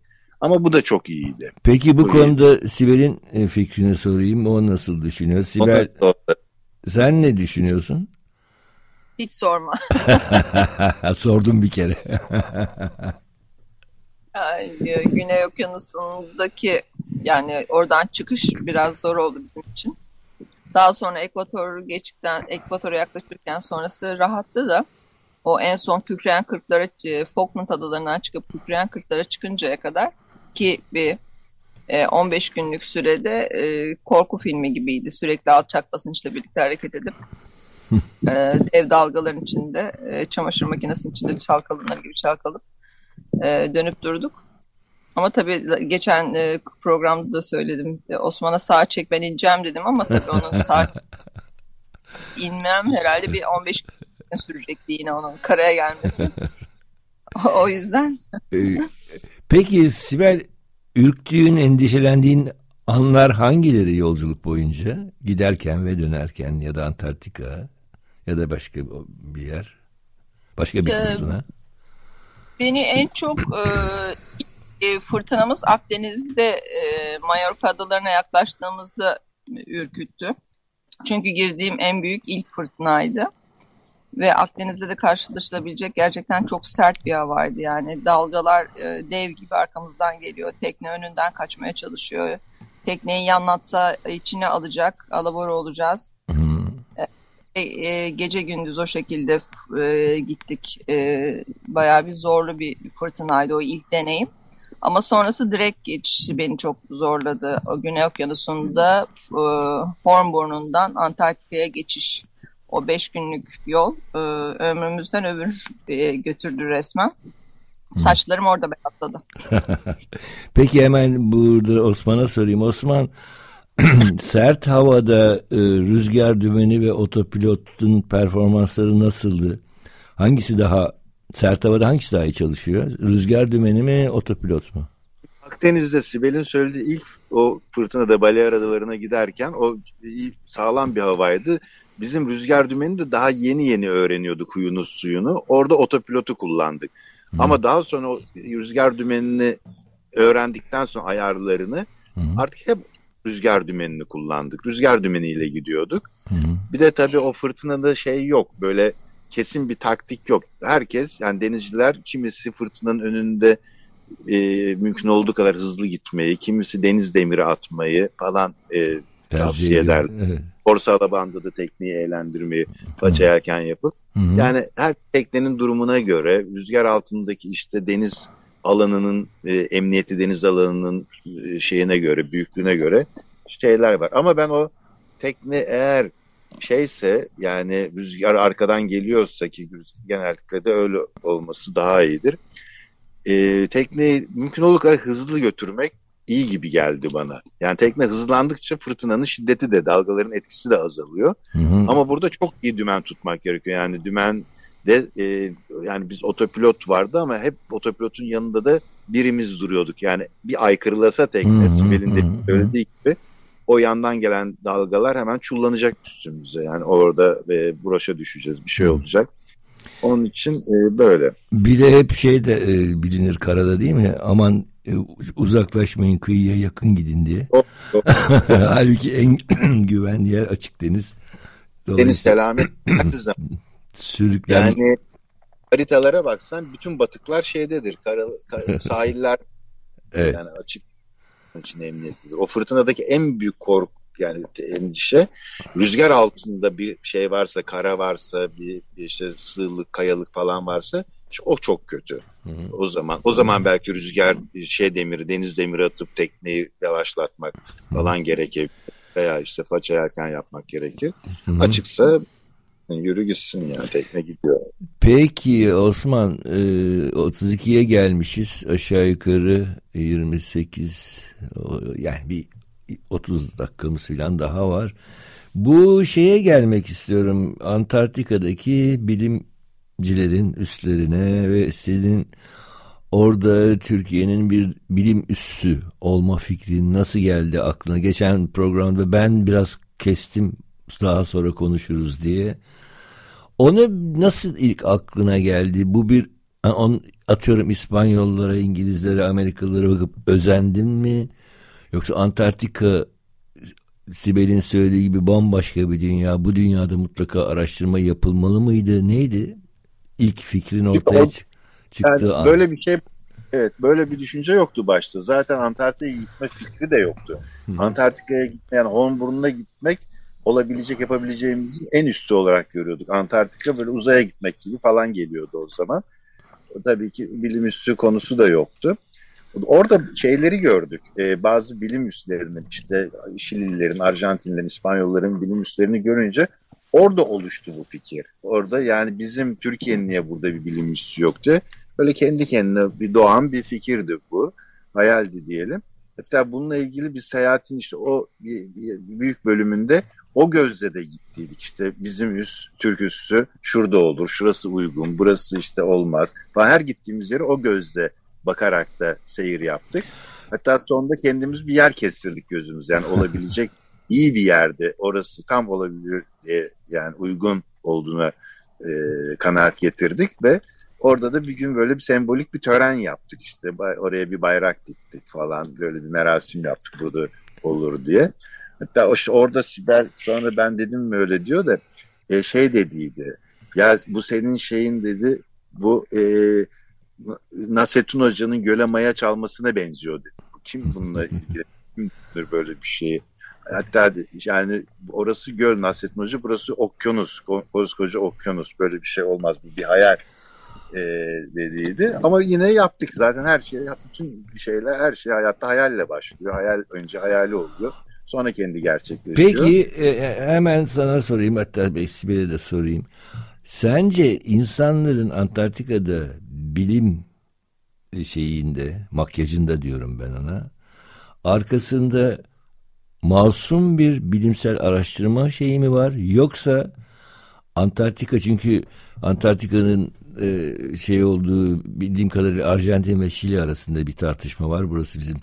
Ama bu da çok iyiydi. Peki bu konuda Sibel'in fikrini sorayım. O nasıl düşünüyor? Sibel, sen ne düşünüyorsun? Hiç sorma. Sordum bir kere. Güney Okyanusu'ndaki yani oradan çıkış biraz zor oldu bizim için. Daha sonra Ekvator'a yaklaşırken sonrası rahattı da o en son kükreyen kırklara, Falkland adalarından çıkıp kükreyen kırklara çıkıncaya kadar ki bir 15 günlük sürede korku filmi gibiydi. Sürekli alçak basınçla birlikte hareket edip dev dalgaların içinde, çamaşır makinesinin içinde çalkalanır gibi çalkalıp dönüp durduk. Ama tabii geçen programda da söyledim. Osman'a sağa çek ben ineceğim dedim ama tabii onun sağa inmem herhalde bir 15 gün sürecekti yine onun karaya gelmesi. O yüzden. Peki Sibel, ürktüğün, endişelendiğin anlar hangileri yolculuk boyunca? Giderken ve dönerken ya da Antarktika ya da başka bir yer? Başka bir fırtına? Beni en çok fırtınamız Akdeniz'de Mallorca adalarına yaklaştığımızda ürküttü. Çünkü girdiğim en büyük ilk fırtınaydı. Ve Akdeniz'de de karşılaşılabilecek gerçekten çok sert bir havaydı. Yani dalgalar dev gibi arkamızdan geliyor. Tekne önünden kaçmaya çalışıyor. Tekneyi yanlatsa içine alacak. Alabora olacağız. Gece gündüz o şekilde gittik. Bayağı bir zorlu bir fırtınaydı o ilk deneyim. Ama sonrası direkt geçişi beni çok zorladı. O Güney Okyanusu'nda Hornburn'undan Antarktika'ya geçiş. O 5 günlük yol ömrümüzden ömür götürdü resmen. Saçlarım orada beyazladı. Peki hemen burada Osman'a sorayım. Osman, sert havada rüzgar dümeni ve otopilotun performansları nasıldı? Hangisi daha Sert havada hangisi daha iyi çalışıyor? Rüzgar dümeni mi, otopilot mu? Akdeniz'de Sibel'in söylediği ilk o fırtınada Balear Adaları'na giderken o sağlam bir havaydı. Bizim rüzgar dümeni de daha yeni öğreniyorduk huyunu suyunu. Orada otopilotu kullandık. Ama daha sonra o rüzgar dümenini öğrendikten sonra ayarlarını artık hep rüzgar dümenini kullandık. Rüzgar dümeniyle gidiyorduk. Bir de tabii o fırtınada şey yok. Böyle kesin bir taktik yok. Herkes, yani denizciler, kimisi fırtınanın önünde mümkün olduğu kadar hızlı gitmeyi, kimisi deniz demiri atmayı falan tavsiye eder. Evet. Borsa alabanda da tekneyi eğlendirmeyi paça yelken yapıp. Yani her teknenin durumuna göre, rüzgar altındaki işte deniz alanının, emniyeti deniz alanının şeyine göre, büyüklüğüne göre şeyler var. Ama ben o tekne eğer şeyse, yani rüzgar arkadan geliyorsa, ki genellikle de öyle olması daha iyidir. Tekneyi mümkün olduğu kadar hızlı götürmek iyi gibi geldi bana. Yani tekne hızlandıkça fırtınanın şiddeti de, dalgaların etkisi de azalıyor. Ama burada çok iyi dümen tutmak gerekiyor. Yani dümen de yani biz otopilot vardı ama hep otopilotun yanında da birimiz duruyorduk. Yani bir aykırılasa tekne, Sibel'in de söylediği gibi, o yandan gelen dalgalar hemen çullanacak üstümüze. Yani orada broşa düşeceğiz, bir şey olacak. Onun için böyle. Bir de hep şey de bilinir karada, değil mi? Aman uzaklaşmayın, kıyıya yakın gidin diye. Halbuki en güvenli yer açık deniz. Deniz selamet. Sürüklen. Yani haritalara baksan bütün batıklar şeydedir. Sahiller evet. Yani açık için emniyetlidir. O fırtınadaki en büyük korku, yani endişe, rüzgar altında bir şey varsa, kara varsa, bir işte sığlık, kayalık falan varsa, işte o çok kötü. O zaman belki rüzgar demiri, deniz demiri atıp tekneyi yavaşlatmak falan gerekir. Veya işte paça yelken yapmak gerekir. Açıksa yürü gitsin, yani tekne gidiyor. Peki Osman, 32'ye gelmişiz, aşağı yukarı 28, yani bir 30 dakikamız falan daha var. Bu şeye gelmek istiyorum, Antarktika'daki bilimcilerin üstlerine ve sizin orada Türkiye'nin bir bilim üssü olma fikri nasıl geldi aklına? Geçen programda ben biraz kestim, daha sonra konuşuruz diye. Onu nasıl ilk aklına geldi? Bu bir, atıyorum İspanyollara, İngilizlere, Amerikalılara bakıp özendin mi? Yoksa Antarktika, Sibel'in söylediği gibi bambaşka bir dünya. Bu dünyada mutlaka araştırma yapılmalı mıydı? Neydi? İlk fikrin ortaya çıktığı yani an. Böyle bir şey, evet, böyle bir düşünce yoktu başta. Zaten Antarktika'ya gitme fikri de yoktu. Antarktika'ya gitmeyen, Hornburnu'na gitmek yapabileceğimizin en üstü olarak görüyorduk. Antarktika böyle uzaya gitmek gibi falan geliyordu o zaman. Tabii ki bilim üssü konusu da yoktu. Orada şeyleri gördük. Bazı bilim üslerinin, işte Şililerin, Arjantinlerin, İspanyolların bilim üslerini görünce orada oluştu bu fikir. Orada, yani bizim Türkiye'nin niye burada bir bilim üssü yoktu? Böyle kendi kendine bir doğan bir fikirdi bu. Hayaldi diyelim. Hatta bununla ilgili bir seyahatin işte o bir büyük bölümünde o gözle de gittiydik. İşte bizim üs, Türk üssü şurada olur, şurası uygun, burası işte olmaz falan. Her gittiğimiz yere o gözle bakarak da seyir yaptık. Hatta sonunda kendimiz bir yer kestirdik gözümüz. Yani olabilecek iyi bir yerde, orası tam olabilir diye, yani uygun olduğuna kanaat getirdik ve orada da bir gün böyle bir sembolik bir tören yaptık. İşte oraya bir bayrak diktik falan, böyle bir merasim yaptık burada olur diye. Hatta orada Sibel, sonra ben dedim mi öyle diyor da şey dediydi. Ya bu senin şeyin dedi, bu Nasrettin Hoca'nın göle maya çalmasına benziyor dedi. Kim bununla ilgili? Kimdir böyle bir şey? Hatta yani orası göl Nasrettin Hoca, burası okyanus, koskoca okyanus, böyle bir şey olmaz, bu bir hayal dediydi. Ama yine yaptık zaten, her şey, bütün şeyler, her şey hayatta hayalle başlıyor. Hayal önce hayali oluyor. Sonra kendi gerçekleşiyor. Peki hemen sana sorayım, hatta Sibel'e de sorayım. Sence insanların Antarktika'da bilim şeyinde, makyajında diyorum ben ona, arkasında masum bir bilimsel araştırma şeyi mi var, yoksa Antarktika, çünkü Antarktika'nın şey olduğu, bildiğim kadarıyla Arjantin ve Şili arasında bir tartışma var. Burası bizim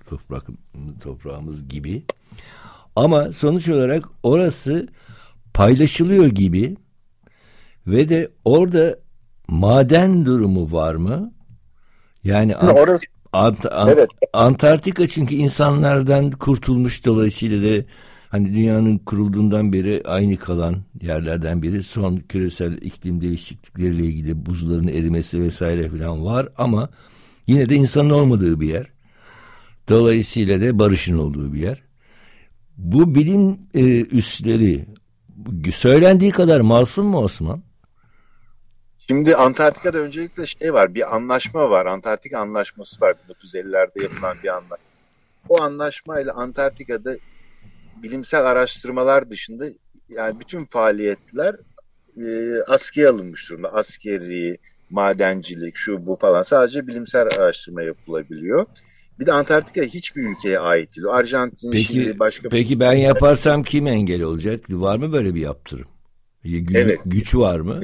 toprağımız gibi. Ama sonuç olarak orası paylaşılıyor gibi ve de orada maden durumu var mı? Yani Orası evet. Antarktika çünkü insanlardan kurtulmuş, dolayısıyla da hani dünyanın kurulduğundan beri aynı kalan yerlerden biri. Son küresel iklim değişiklikleriyle ilgili buzların erimesi vesaire falan var ama yine de insanın olmadığı bir yer. Dolayısıyla da barışın olduğu bir yer. Bu bilim üsleri söylendiği kadar masum mu Osman? Şimdi Antarktika'da öncelikle şey var, bir anlaşma var. Antarktika Anlaşması var, 1950'lerde yapılan bir anlaşma. O anlaşmayla Antarktika'da bilimsel araştırmalar dışında yani bütün faaliyetler askıya alınmış durumda. Askeri, madencilik, şu bu falan, sadece bilimsel araştırma yapılabiliyor. Bir de Antarktika hiçbir ülkeye ait değil. Arjantin, Şili, başka... Peki ben yaparsam kim engel olacak? Var mı böyle bir yaptırım? Güç var mı?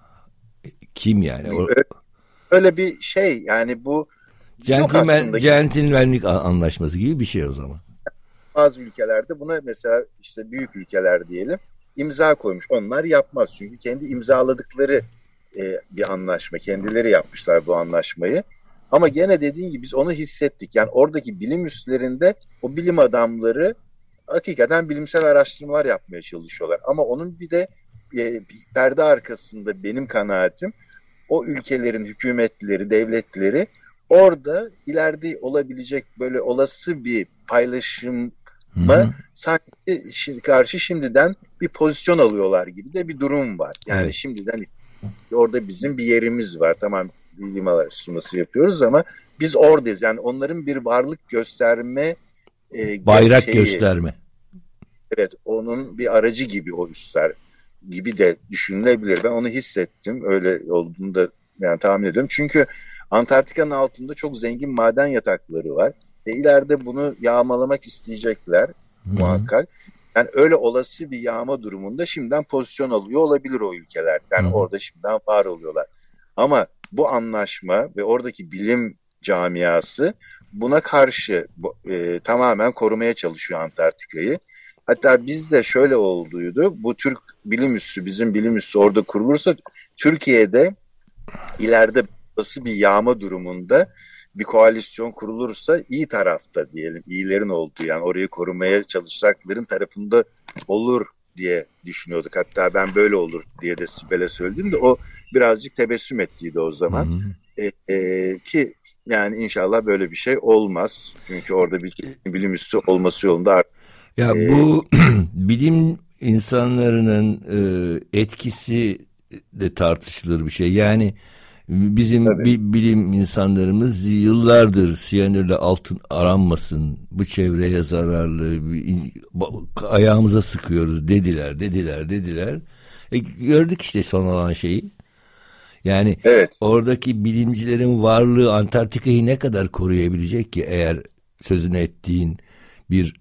Kim yani? Öyle bir şey yani, bu centilmenlik anlaşması gibi bir şey o zaman. Bazı ülkelerde buna, mesela işte büyük ülkeler diyelim, imza koymuş. Onlar yapmaz çünkü kendi imzaladıkları bir anlaşma. Kendileri yapmışlar bu anlaşmayı. Ama gene dediğin gibi biz onu hissettik. Yani oradaki bilim üslerinde o bilim adamları hakikaten bilimsel araştırmalar yapmaya çalışıyorlar. Ama onun bir de perde arkasında benim kanaatim, o ülkelerin hükümetleri, devletleri orada ileride olabilecek böyle olası bir paylaşıma sanki karşı şimdiden bir pozisyon alıyorlar gibi de bir durum var. Yani evet, şimdiden orada bizim bir yerimiz var. Tamam, bilim araştırması yapıyoruz ama biz oradayız. Yani onların bir varlık gösterme, bayrak gösterme. Evet, onun bir aracı gibi o üsler gibi de düşünülebilir. Ben onu hissettim. Öyle olduğunu da yani tahmin ediyorum. Çünkü Antarktika'nın altında çok zengin maden yatakları var. İleride bunu yağmalamak isteyecekler muhakkak. Yani öyle olası bir yağma durumunda şimdiden pozisyon alıyor olabilir o ülkeler. Yani orada şimdiden var oluyorlar. Ama bu anlaşma ve oradaki bilim camiası buna karşı tamamen korumaya çalışıyor Antarktika'yı. Hatta bizde şöyle olduydu. Bu Türk bilim üssü, bizim bilim üssü orada kurulursa, Türkiye'de ileride nasıl bir yağma durumunda bir koalisyon kurulursa iyi tarafta diyelim, iyilerin olduğu, yani orayı korumaya çalışacakların tarafında olur diye düşünüyorduk. Hatta ben böyle olur diye de Sibel'e söyledim de o birazcık tebessüm ettiydi o zaman. Ki yani inşallah böyle bir şey olmaz. Çünkü orada bir bilim üssü olması yolunda ya bu bilim insanlarının etkisi de tartışılır bir şey. Yani bizim bilim insanlarımız yıllardır siyanürle altın aranmasın, bu çevreye zararlı, ayağımıza sıkıyoruz dediler. Gördük işte son olan şeyi. Yani oradaki bilimcilerin varlığı Antarktika'yı ne kadar koruyabilecek ki, eğer sözünü ettiğin bir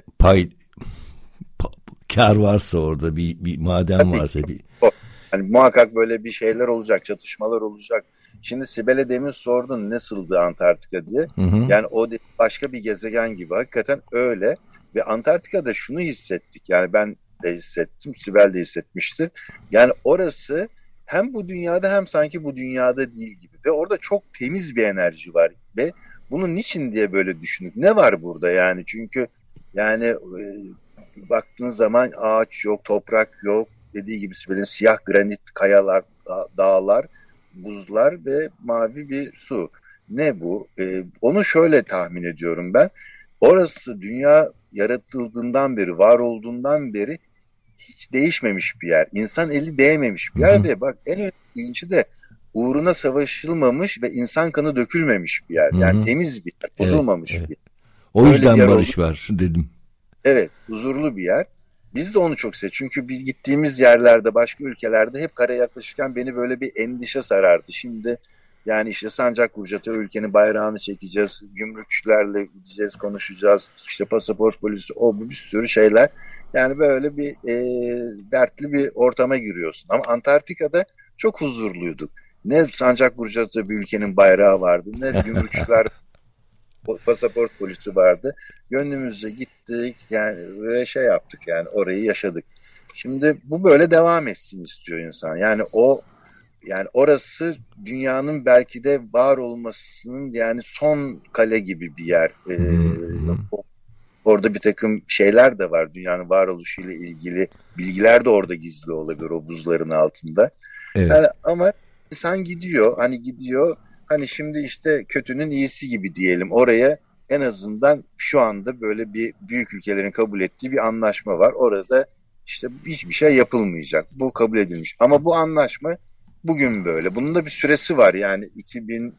kar varsa, orada bir maden varsa bir... Yani muhakkak böyle bir şeyler olacak, çatışmalar olacak. Şimdi Sibel'e demin sordun nasıldı Antarktika diye. Yani o başka bir gezegen gibi, hakikaten öyle. Ve Antarktika'da şunu hissettik, yani ben de hissettim, Sibel de hissetmiştir. Yani orası hem bu dünyada hem sanki bu dünyada değil gibi. Ve orada çok temiz bir enerji var. Ve bunun niçin diye böyle düşündük. Ne var burada yani? Çünkü yani baktığın zaman ağaç yok, toprak yok. Dediği gibi Sibel'in, siyah granit kayalar, dağlar, buzlar ve mavi bir su. Ne bu? Onu şöyle tahmin ediyorum ben. Orası dünya yaratıldığından beri, var olduğundan beri hiç değişmemiş bir yer. İnsan eli değmemiş bir yer ve bak en önemlisi de uğruna savaşılmamış ve insan kanı dökülmemiş bir yer. Yani temiz bir yer, bozulmamış bir yer. O yüzden barış var dedim. Evet, huzurlu bir yer. Biz de onu çok seviyoruz. Çünkü bir gittiğimiz yerlerde, başka ülkelerde hep kara yaklaşırken beni böyle bir endişe sarardı. Şimdi yani işte sancak kuracağız, ülkenin bayrağını çekeceğiz, gümrükçülerle gideceğiz, konuşacağız, işte pasaport polisi, o bu bir sürü şeyler. Yani böyle bir dertli bir ortama giriyorsun. Ama Antarktika'da çok huzurluyduk. Ne Sancakburcu'da bir ülkenin bayrağı vardı, ne gümrükçüler, pasaport polisi vardı. Gönlümüzce gittik yani ve şey yaptık, yani orayı yaşadık. Şimdi bu böyle devam etsin istiyor insan. Yani orası dünyanın belki de var olmasının yani son kale gibi bir yer. Orada bir takım şeyler de var. Dünyanın varoluşuyla ilgili bilgiler de orada gizli olabilir o buzların altında. Evet. Yani ama insan gidiyor. Hani gidiyor. Hani şimdi işte kötünün iyisi gibi diyelim. Oraya en azından şu anda böyle bir büyük ülkelerin kabul ettiği bir anlaşma var. Orada işte hiçbir şey yapılmayacak. Bu kabul edilmiş. Ama bu anlaşma bugün böyle. Bunun da bir süresi var. Yani 2000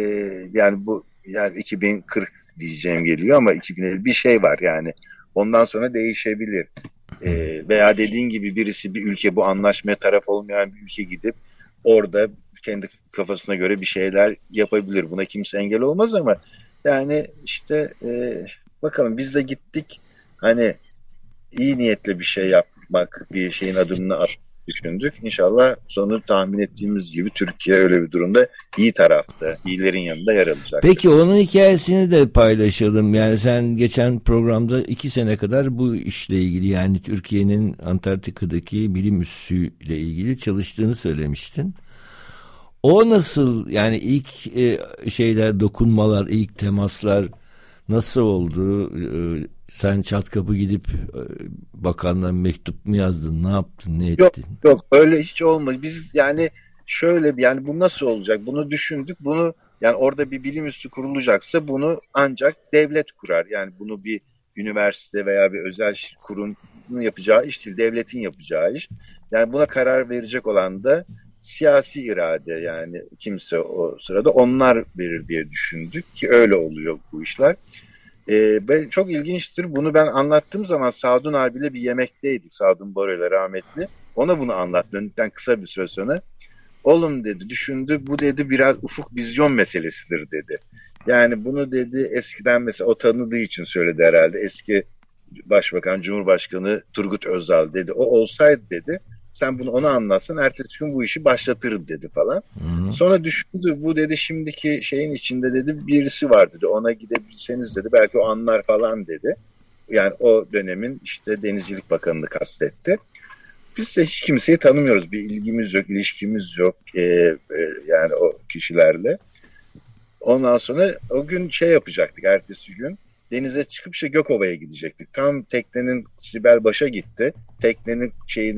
yani 2040 diyeceğim geliyor ama 2050 bir şey var yani. Ondan sonra değişebilir. Veya dediğin gibi birisi, bir ülke, bu anlaşmaya taraf olmayan bir ülke gidip orada kendi kafasına göre bir şeyler yapabilir. Buna kimse engel olmaz ama yani işte bakalım, biz de gittik hani iyi niyetle bir şey yapmak, bir şeyin adımını atmak düşündük. İnşallah sonu tahmin ettiğimiz gibi Türkiye öyle bir durumda iyi tarafta, iyilerin yanında yer alacak. Peki onun hikayesini de paylaşalım. Yani sen geçen programda 2 sene kadar bu işle ilgili, yani Türkiye'nin Antarktika'daki bilim üssüyle ilgili çalıştığını söylemiştin. O nasıl, yani ilk şeyler, dokunmalar, ilk temaslar nasıl oldu? Sen çat kapı gidip bakandan mektup mu yazdın? Ne yaptın? Ne ettin? Yok öyle hiç olmadı. Biz yani şöyle bir, yani bu nasıl olacak? Bunu düşündük. Bunu yani orada bir bilim üssü kurulacaksa bunu ancak devlet kurar. Yani bunu bir üniversite veya bir özel kurumun yapacağı iş değil. Devletin yapacağı iş. Yani buna karar verecek olan da siyasi irade, yani kimse o sırada onlar verir diye düşündük ki öyle oluyor bu işler. Çok ilginçtir. Bunu ben anlattığım zaman Sadun abiyle bir yemekteydik. Sadun Bora'yla, rahmetli. Ona bunu anlattım. Döndükten kısa bir süre sonra. Oğlum dedi, düşündü. Bu dedi biraz ufuk vizyon meselesidir dedi. Yani bunu dedi eskiden mesela o tanıdığı için söyledi herhalde. Eski Başbakan, Cumhurbaşkanı Turgut Özal dedi. O olsaydı dedi, sen bunu ona anlatsan ertesi gün bu işi başlatırdı dedi falan. Hı-hı. Sonra düşündü, bu dedi şimdiki şeyin içinde dedi birisi var dedi. Ona gidebilseniz dedi belki o anlar falan dedi. Yani o dönemin işte Denizcilik Bakanı'nı kastetti. Biz de hiç kimseyi tanımıyoruz. Bir ilgimiz yok, ilişkimiz yok yani o kişilerle. Ondan sonra o gün şey yapacaktık, ertesi gün. Denize çıkıp işte Gökova'ya gidecektik. Tam teknenin Sibel başa gitti. Teknenin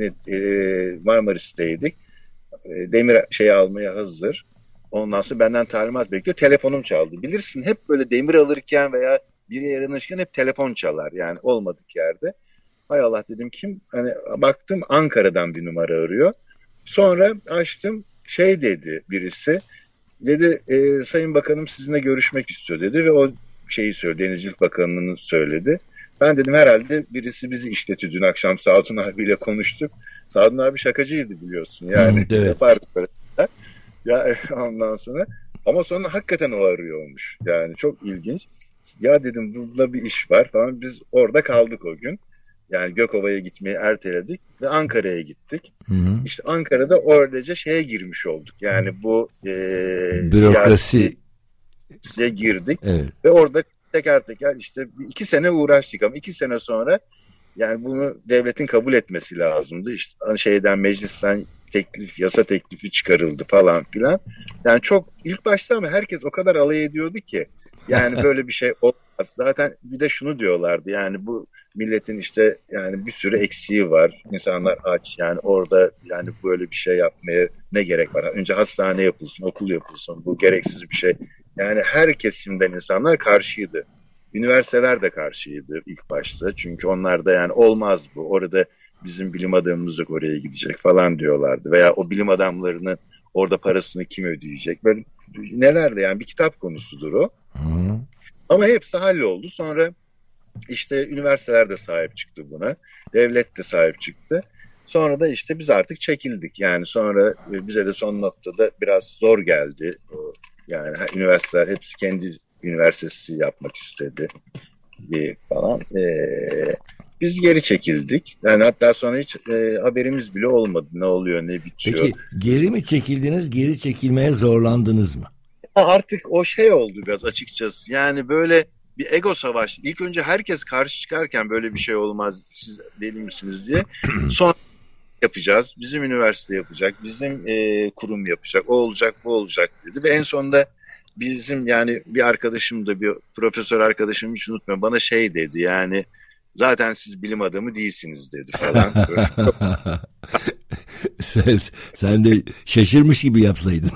Marmaris'teydik. Demir şeyi almaya hazır. Ondan sonra benden talimat bekliyor. Telefonum çaldı. Bilirsin hep böyle demir alırken veya bir yere yanaşırken hep telefon çalar. Yani olmadık yerde. Hay Allah dedim, kim? Hani baktım Ankara'dan bir numara arıyor. Sonra açtım, şey dedi birisi. Dedi Sayın Bakanım sizinle görüşmek istiyor dedi ve o şeyi söyledi, Denizcilik Bakanı'nın söyledi. Ben dedim herhalde birisi bizi işletiyor. Dün akşam Sadun abiyle konuştuk. Sadun abi şakacıydı biliyorsun. Yani evet. Yapardık böyle. Ya ondan sonra ama sonra hakikaten o arıyormuş. Yani çok ilginç. Ya dedim burada bir iş var falan. Biz orada kaldık o gün. Yani Gökova'ya gitmeyi erteledik ve Ankara'ya gittik. Hı-hı. İşte Ankara'da öylece şeye girmiş olduk. Yani bu bürokrasiye girdik. Evet. Ve orada teker teker işte 2 sene uğraştık ama 2 sene sonra yani bunu devletin kabul etmesi lazımdı. İşte şeyden, meclisten yasa teklifi çıkarıldı falan filan. Yani çok ilk başta ama herkes o kadar alay ediyordu ki yani böyle bir şey olmaz. Zaten bir de şunu diyorlardı, yani bu milletin işte yani bir sürü eksiği var. İnsanlar aç, yani orada yani böyle bir şey yapmaya ne gerek var? Önce hastane yapılsın, okul yapılsın. Bu gereksiz bir şey. Yani her kesimden insanlar karşıydı. Üniversiteler de karşıydı ilk başta. Çünkü onlar da yani olmaz bu. Orada bizim bilim adamımız yok, oraya gidecek falan diyorlardı. Veya o bilim adamlarının orada parasını kim ödeyecek? Böyle neler de yani bir kitap konusudur o. Hı. Ama hepsi halloldu. Sonra işte üniversiteler de sahip çıktı buna. Devlet de sahip çıktı. Sonra da işte biz artık çekildik. Yani sonra bize de son noktada biraz zor geldi. Yani üniversiteler hepsi kendi üniversitesi yapmak istedi falan. Biz geri çekildik. Yani hatta sonra hiç haberimiz bile olmadı. Ne oluyor, ne bitiyor. Peki geri mi çekildiniz, geri çekilmeye zorlandınız mı? Artık o şey oldu biraz açıkçası. Yani böyle bir ego savaşı. İlk önce herkes karşı çıkarken böyle bir şey olmaz, siz deli misiniz diye. Sonra yapacağız, bizim üniversite yapacak, bizim kurum yapacak, o olacak, bu olacak dedi. Ve en sonunda bizim yani bir arkadaşım da, bir profesör arkadaşım, hiç unutmuyorum, bana şey dedi, yani zaten siz bilim adamı değilsiniz dedi falan. Sen de şaşırmış gibi yapsaydın.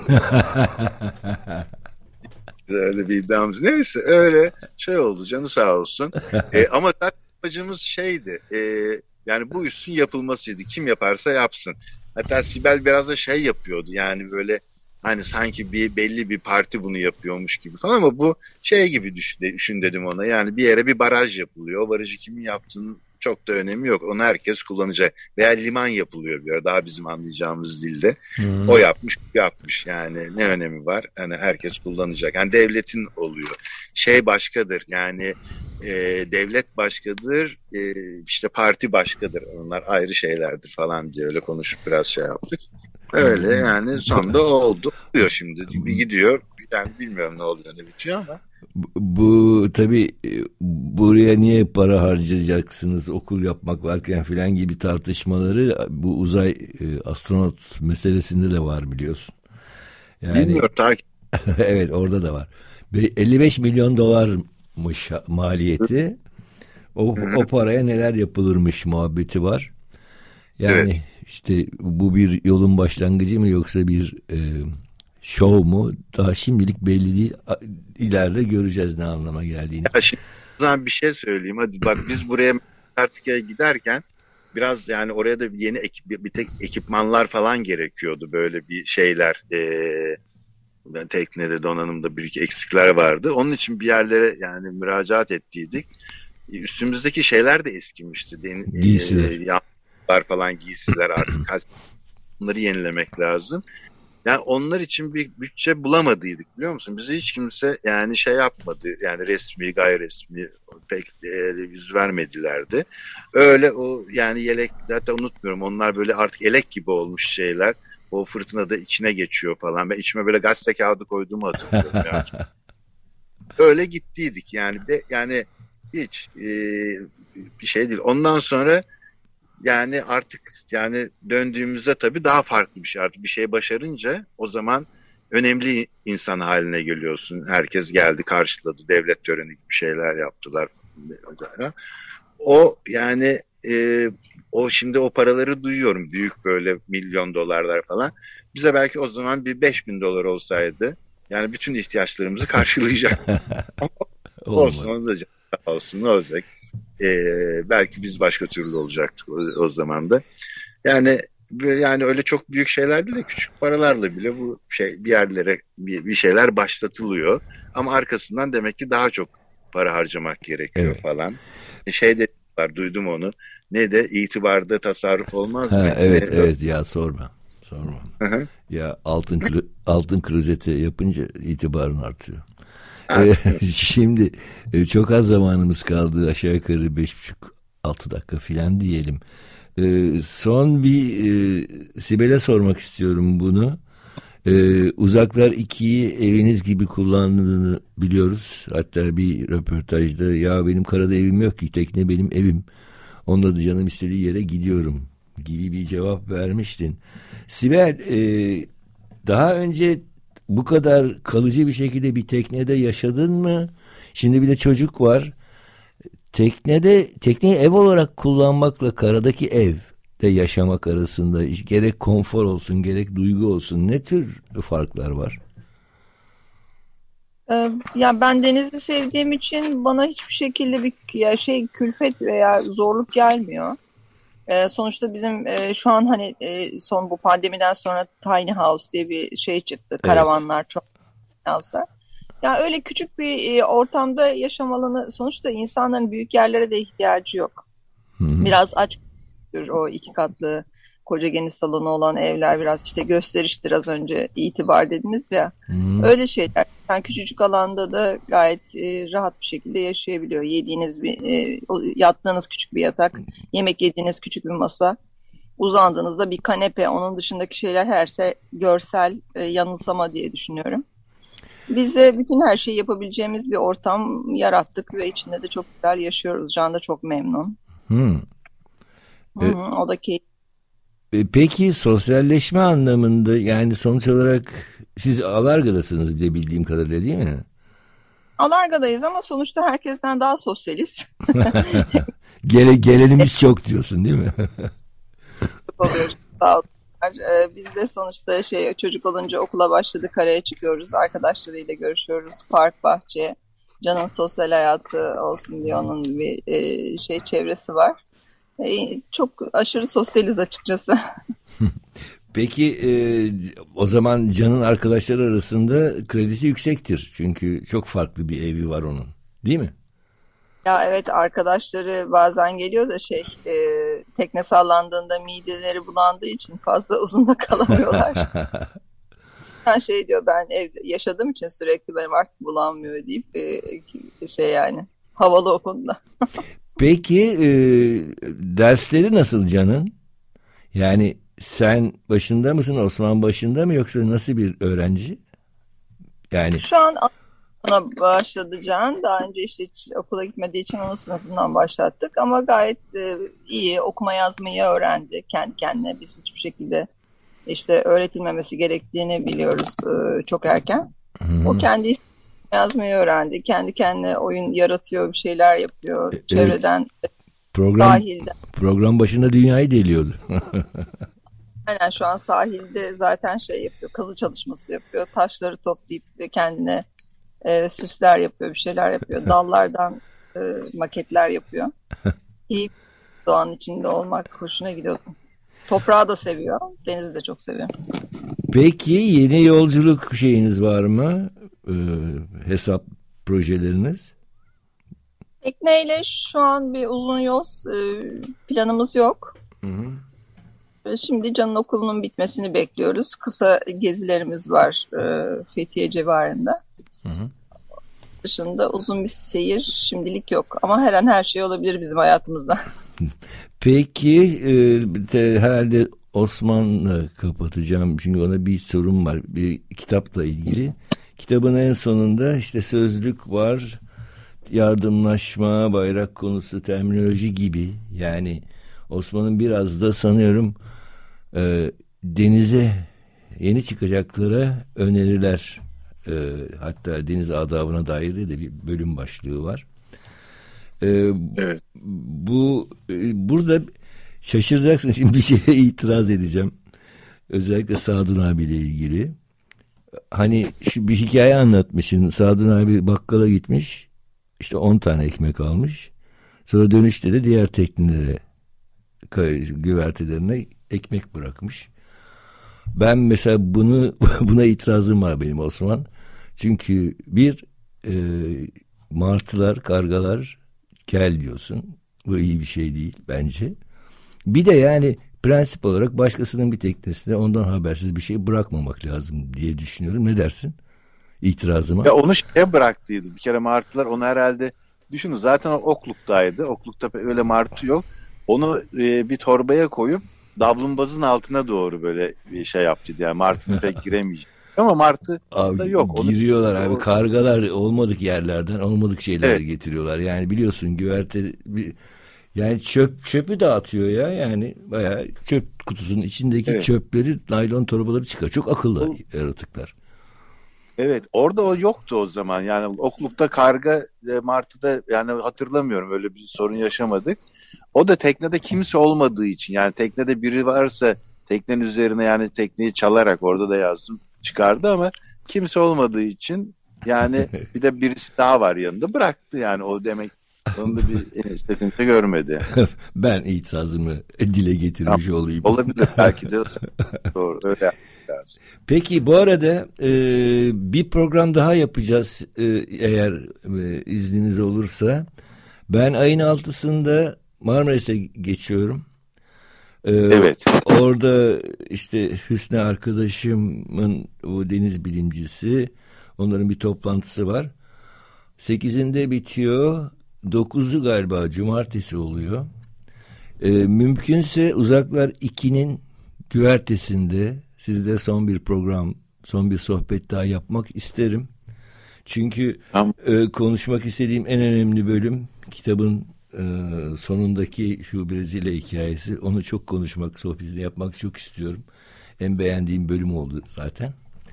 Öyle bir iddiamız. Neyse öyle şey oldu, canı sağ olsun. Ama zaten amacımız şeydi. Yani bu üssün yapılmasıydı. Kim yaparsa yapsın. Hatta Sibel biraz da şey yapıyordu. Yani böyle hani sanki belli bir parti bunu yapıyormuş gibi falan, ama bu şey gibi düşün dedim ona. Yani bir yere bir baraj yapılıyor. O barajı kimin yaptığının çok da önemi yok. Onu herkes kullanacak. Veya liman yapılıyor bir yere, daha bizim anlayacağımız dilde. O yapmış. Yani ne önemi var? Yani herkes kullanacak. Yani devletin oluyor. Şey başkadır. Yani devlet başkadır. İşte parti başkadır. Onlar ayrı şeylerdir falan diye öyle konuşup biraz şey yaptık. Öyle yani sonunda oldu. Oluyor şimdi. Bir gidiyor. Yani bilmiyorum ne oluyor, ne bitiyor ama. Bu tabii buraya niye para harcayacaksınız okul yapmak varken filan gibi tartışmaları bu uzay astronot meselesinde de var biliyorsun. Yani, bilmiyorum takip. Evet, orada da var. 55 milyon dolarmış maliyeti. O paraya neler yapılırmış muhabbeti var. Yani evet. İşte bu bir yolun başlangıcı mı yoksa bir şov mu? Daha şimdilik belli değil. İleride göreceğiz ne anlama geldiğini. Ya şimdi o zaman bir şey söyleyeyim. Hadi bak, biz buraya Antarktika'ya giderken biraz yani oraya da yeni bir tek ekipmanlar falan gerekiyordu. Böyle bir şeyler. Teknede, donanımda bir iki eksikler vardı. Onun için bir yerlere yani müracaat ettiydik. Üstümüzdeki şeyler de eskimişti. Giysiler. Yağmurlar falan, giysiler artık. Bunları yenilemek lazım. Yani onlar için bir bütçe bulamadıydık, biliyor musun? Bize hiç kimse yani şey yapmadı. Yani resmi, gayri resmi pek yüz vermedilerdi. Öyle o yani yelek, hatta unutmuyorum, onlar böyle artık elek gibi olmuş şeyler. O fırtınada içine geçiyor falan. Ben içime böyle gazete kağıdı koyduğumu hatırlıyorum. Yani. Öyle gittiydik yani. Yani hiç bir şey değil. Ondan sonra yani artık yani döndüğümüzde tabii daha farklı bir şey. Artık bir şey başarınca o zaman önemli insan haline geliyorsun. Herkes geldi, karşıladı. Devlet töreni gibi şeyler yaptılar. O yani o şimdi o paraları duyuyorum. Büyük böyle milyon dolarlar falan. Bize belki o zaman bir 5.000 dolar olsaydı yani bütün ihtiyaçlarımızı karşılayacak. Olsun, olsun, ne olacak? Belki biz başka türlü olacaktık o zaman da. Yani öyle çok büyük şeyler değil de küçük paralarla bile bu şey bir yerlere bir şeyler başlatılıyor. Ama arkasından demek ki daha çok para harcamak gerekiyor evet. Falan. Şey de var, duydum onu. Ne de itibarda tasarruf olmaz mı? Evet evet ya sorma. Hı-hı. Ya altın klozete yapınca itibarın artıyor. Şimdi çok az zamanımız kaldı, aşağı yukarı 5,5-6 dakika filan diyelim. Son bir Sibel'e sormak istiyorum bunu. Uzaklar 2'yi eviniz gibi kullandığını biliyoruz. Hatta bir röportajda ya benim karada evim yok ki, tekne benim evim. Onunla da canım istediği yere gidiyorum gibi bir cevap vermiştin. Sibel, daha önce bu kadar kalıcı bir şekilde bir teknede yaşadın mı? Şimdi bir de çocuk var. Tekneyi ev olarak kullanmakla karadaki evde yaşamak arasında gerek konfor olsun gerek duygu olsun ne tür farklar var? Ya ben denizi sevdiğim için bana hiçbir şekilde bir külfet veya zorluk gelmiyor. Sonuçta bizim şu an hani son bu pandemiden sonra tiny house diye bir şey çıktı. Evet. Karavanlar, çok house'lar. Ya öyle küçük bir ortamda yaşam alanı, sonuçta insanların büyük yerlere de ihtiyacı yok. Hı-hı. Biraz aç o 2 katlı koca geniş salonu olan evler biraz işte gösteriştir, az önce itibar dediniz ya. Hmm. Öyle şeyler. Yani küçücük alanda da gayet rahat bir şekilde yaşayabiliyor. Yediğiniz yattığınız küçük bir yatak, yemek yediğiniz küçük bir masa, uzandığınızda bir kanepe. Onun dışındaki şeyler herse görsel yanılsama diye düşünüyorum. Biz de bütün her şeyi yapabileceğimiz bir ortam yarattık ve içinde de çok güzel yaşıyoruz. Can da çok memnun. Hmm. O da keyifli. Peki sosyalleşme anlamında, yani sonuç olarak siz Alarga'dasınız bir de bildiğim kadarıyla, değil mi? Alarga'dayız ama sonuçta herkesten daha sosyaliz. Gelenimiz çok diyorsun, değil mi? Oluyoruz. Sağ olsunlar. Biz de sonuçta çocuk olunca okula başladık, karaya çıkıyoruz. Arkadaşlarıyla görüşüyoruz. Park, bahçe. Can'ın sosyal hayatı olsun diye onun bir çevresi var. Çok aşırı sosyaliz açıkçası. Peki o zaman Can'ın arkadaşları arasında kredisi yüksektir. Çünkü çok farklı bir evi var onun, değil mi? Ya evet, arkadaşları bazen geliyor da tekne sallandığında mideleri bulandığı için fazla uzun da kalamıyorlar. Diyor, ben evde yaşadığım için sürekli benim artık bulanmıyor deyip yani havalı o konuda. Peki dersleri nasıl Can'ın? Yani sen başında mısın, Osman başında mı, yoksa nasıl bir öğrenci? Yani şu an ana başladı Can. Daha önce hiç okula gitmediği için ana sınıfından başlattık ama gayet iyi okuma yazmayı öğrendi kendi kendine. Biz hiçbir şekilde öğretilmemesi gerektiğini biliyoruz çok erken. O kendi yazmayı öğrendi. Kendi kendine oyun yaratıyor, bir şeyler yapıyor. Evet. Çevreden, sahilden. Program başında dünyayı deliyordu. Aynen, şu an sahilde zaten yapıyor. Kazı çalışması yapıyor. Taşları toplayıp ve kendine süsler yapıyor, bir şeyler yapıyor. Dallardan maketler yapıyor. İyi, doğanın içinde olmak hoşuna gidiyor. Toprağı da seviyor, denizi de çok seviyor. Peki yeni yolculuk şeyiniz var mı? Hesap projeleriniz? Tekneyle şu an bir uzun yol planımız yok. Hı hı. Şimdi Can'ın okulunun bitmesini bekliyoruz. Kısa gezilerimiz var Fethiye civarında. Hı hı. Dışında uzun bir seyir şimdilik yok. Ama her an her şey olabilir bizim hayatımızda. Peki herhalde Osman'la kapatacağım. Çünkü ona bir sorum var. Bir kitapla ilgili. Kitabın en sonunda sözlük var. Yardımlaşma, bayrak konusu, terminoloji gibi. Yani Osman'ın biraz da sanıyorum denize yeni çıkacaklara öneriler, hatta deniz adabına dair de bir bölüm başlığı var. Evet. Burada şaşıracaksın, şimdi bir şeye itiraz edeceğim. Özellikle Sadun abiyle ilgili. Hani bir hikaye anlatmışsın. Sadun abi bakkala gitmiş. 10 tane ekmek almış. Sonra dönüşte de diğer teknelere, güvertelerine ekmek bırakmış. Ben mesela buna itirazım var benim, Osman. Çünkü martılar, kargalar gel diyorsun. Bu iyi bir şey değil bence. Bir de yani prensip olarak başkasının bir teknesine ondan habersiz bir şey bırakmamak lazım diye düşünüyorum. Ne dersin itirazıma? Ya onu bıraktıydı. Bir kere martılar onu herhalde, düşünün zaten o Okluk'taydı. Okluk'ta öyle martı yok. Onu bir torbaya koyup davlumbazın altına doğru böyle bir şey yaptıydı. Yani martının pek giremeyecek. Ama martı abi, da yok. Giriyorlar abi. Kargalar olmadık yerlerden olmadık şeyler getiriyorlar. Yani biliyorsun güverte yani çöpü dağıtıyor ya. Yani bayağı çöp kutusunun içindeki çöpleri, naylon torbaları çıkar. Çok akıllı yaratıklar. Evet, orada o yoktu o zaman. Yani Okluk'ta karga, martıda yani hatırlamıyorum, öyle bir sorun yaşamadık. O da teknede kimse olmadığı için, yani teknede biri varsa teknenin üzerine, yani tekneyi çalarak orada da yazdım çıkardı ama kimse olmadığı için, yani bir de birisi daha var yanında, bıraktı yani. O demek onda bir sıkıntı görmedi. Ben itirazımı dile getirmiş olayım. Olabilir belki de. Doğru, öyle lazım. Peki bu arada bir program daha yapacağız eğer izniniz olursa. Ben ayın 6'sında Marmaris'e geçiyorum. Evet. Orada işte Hüsnü arkadaşımın, o deniz bilimcisi, onların bir toplantısı var. 8'inde bitiyor. 9'u galiba cumartesi oluyor. Mümkünse Uzaklar 2'nin güvertesinde sizde son bir program, son bir sohbet daha yapmak isterim. Çünkü konuşmak istediğim en önemli bölüm kitabın sonundaki şu Brezilya hikayesi. Onu çok konuşmak, sohbetini yapmak çok istiyorum. En beğendiğim bölüm oldu zaten.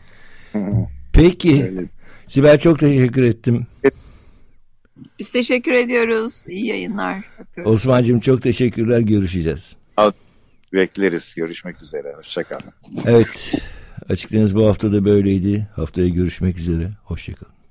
Peki. Öyle. Sibel, çok teşekkür ettim. Biz teşekkür ediyoruz. İyi yayınlar. Öpüyorum. Osman'cığım çok teşekkürler. Görüşeceğiz. Bekleriz. Görüşmek üzere. Hoşçakalın. Evet. Açık Deniz bu hafta da böyleydi. Haftaya görüşmek üzere. Hoşçakalın.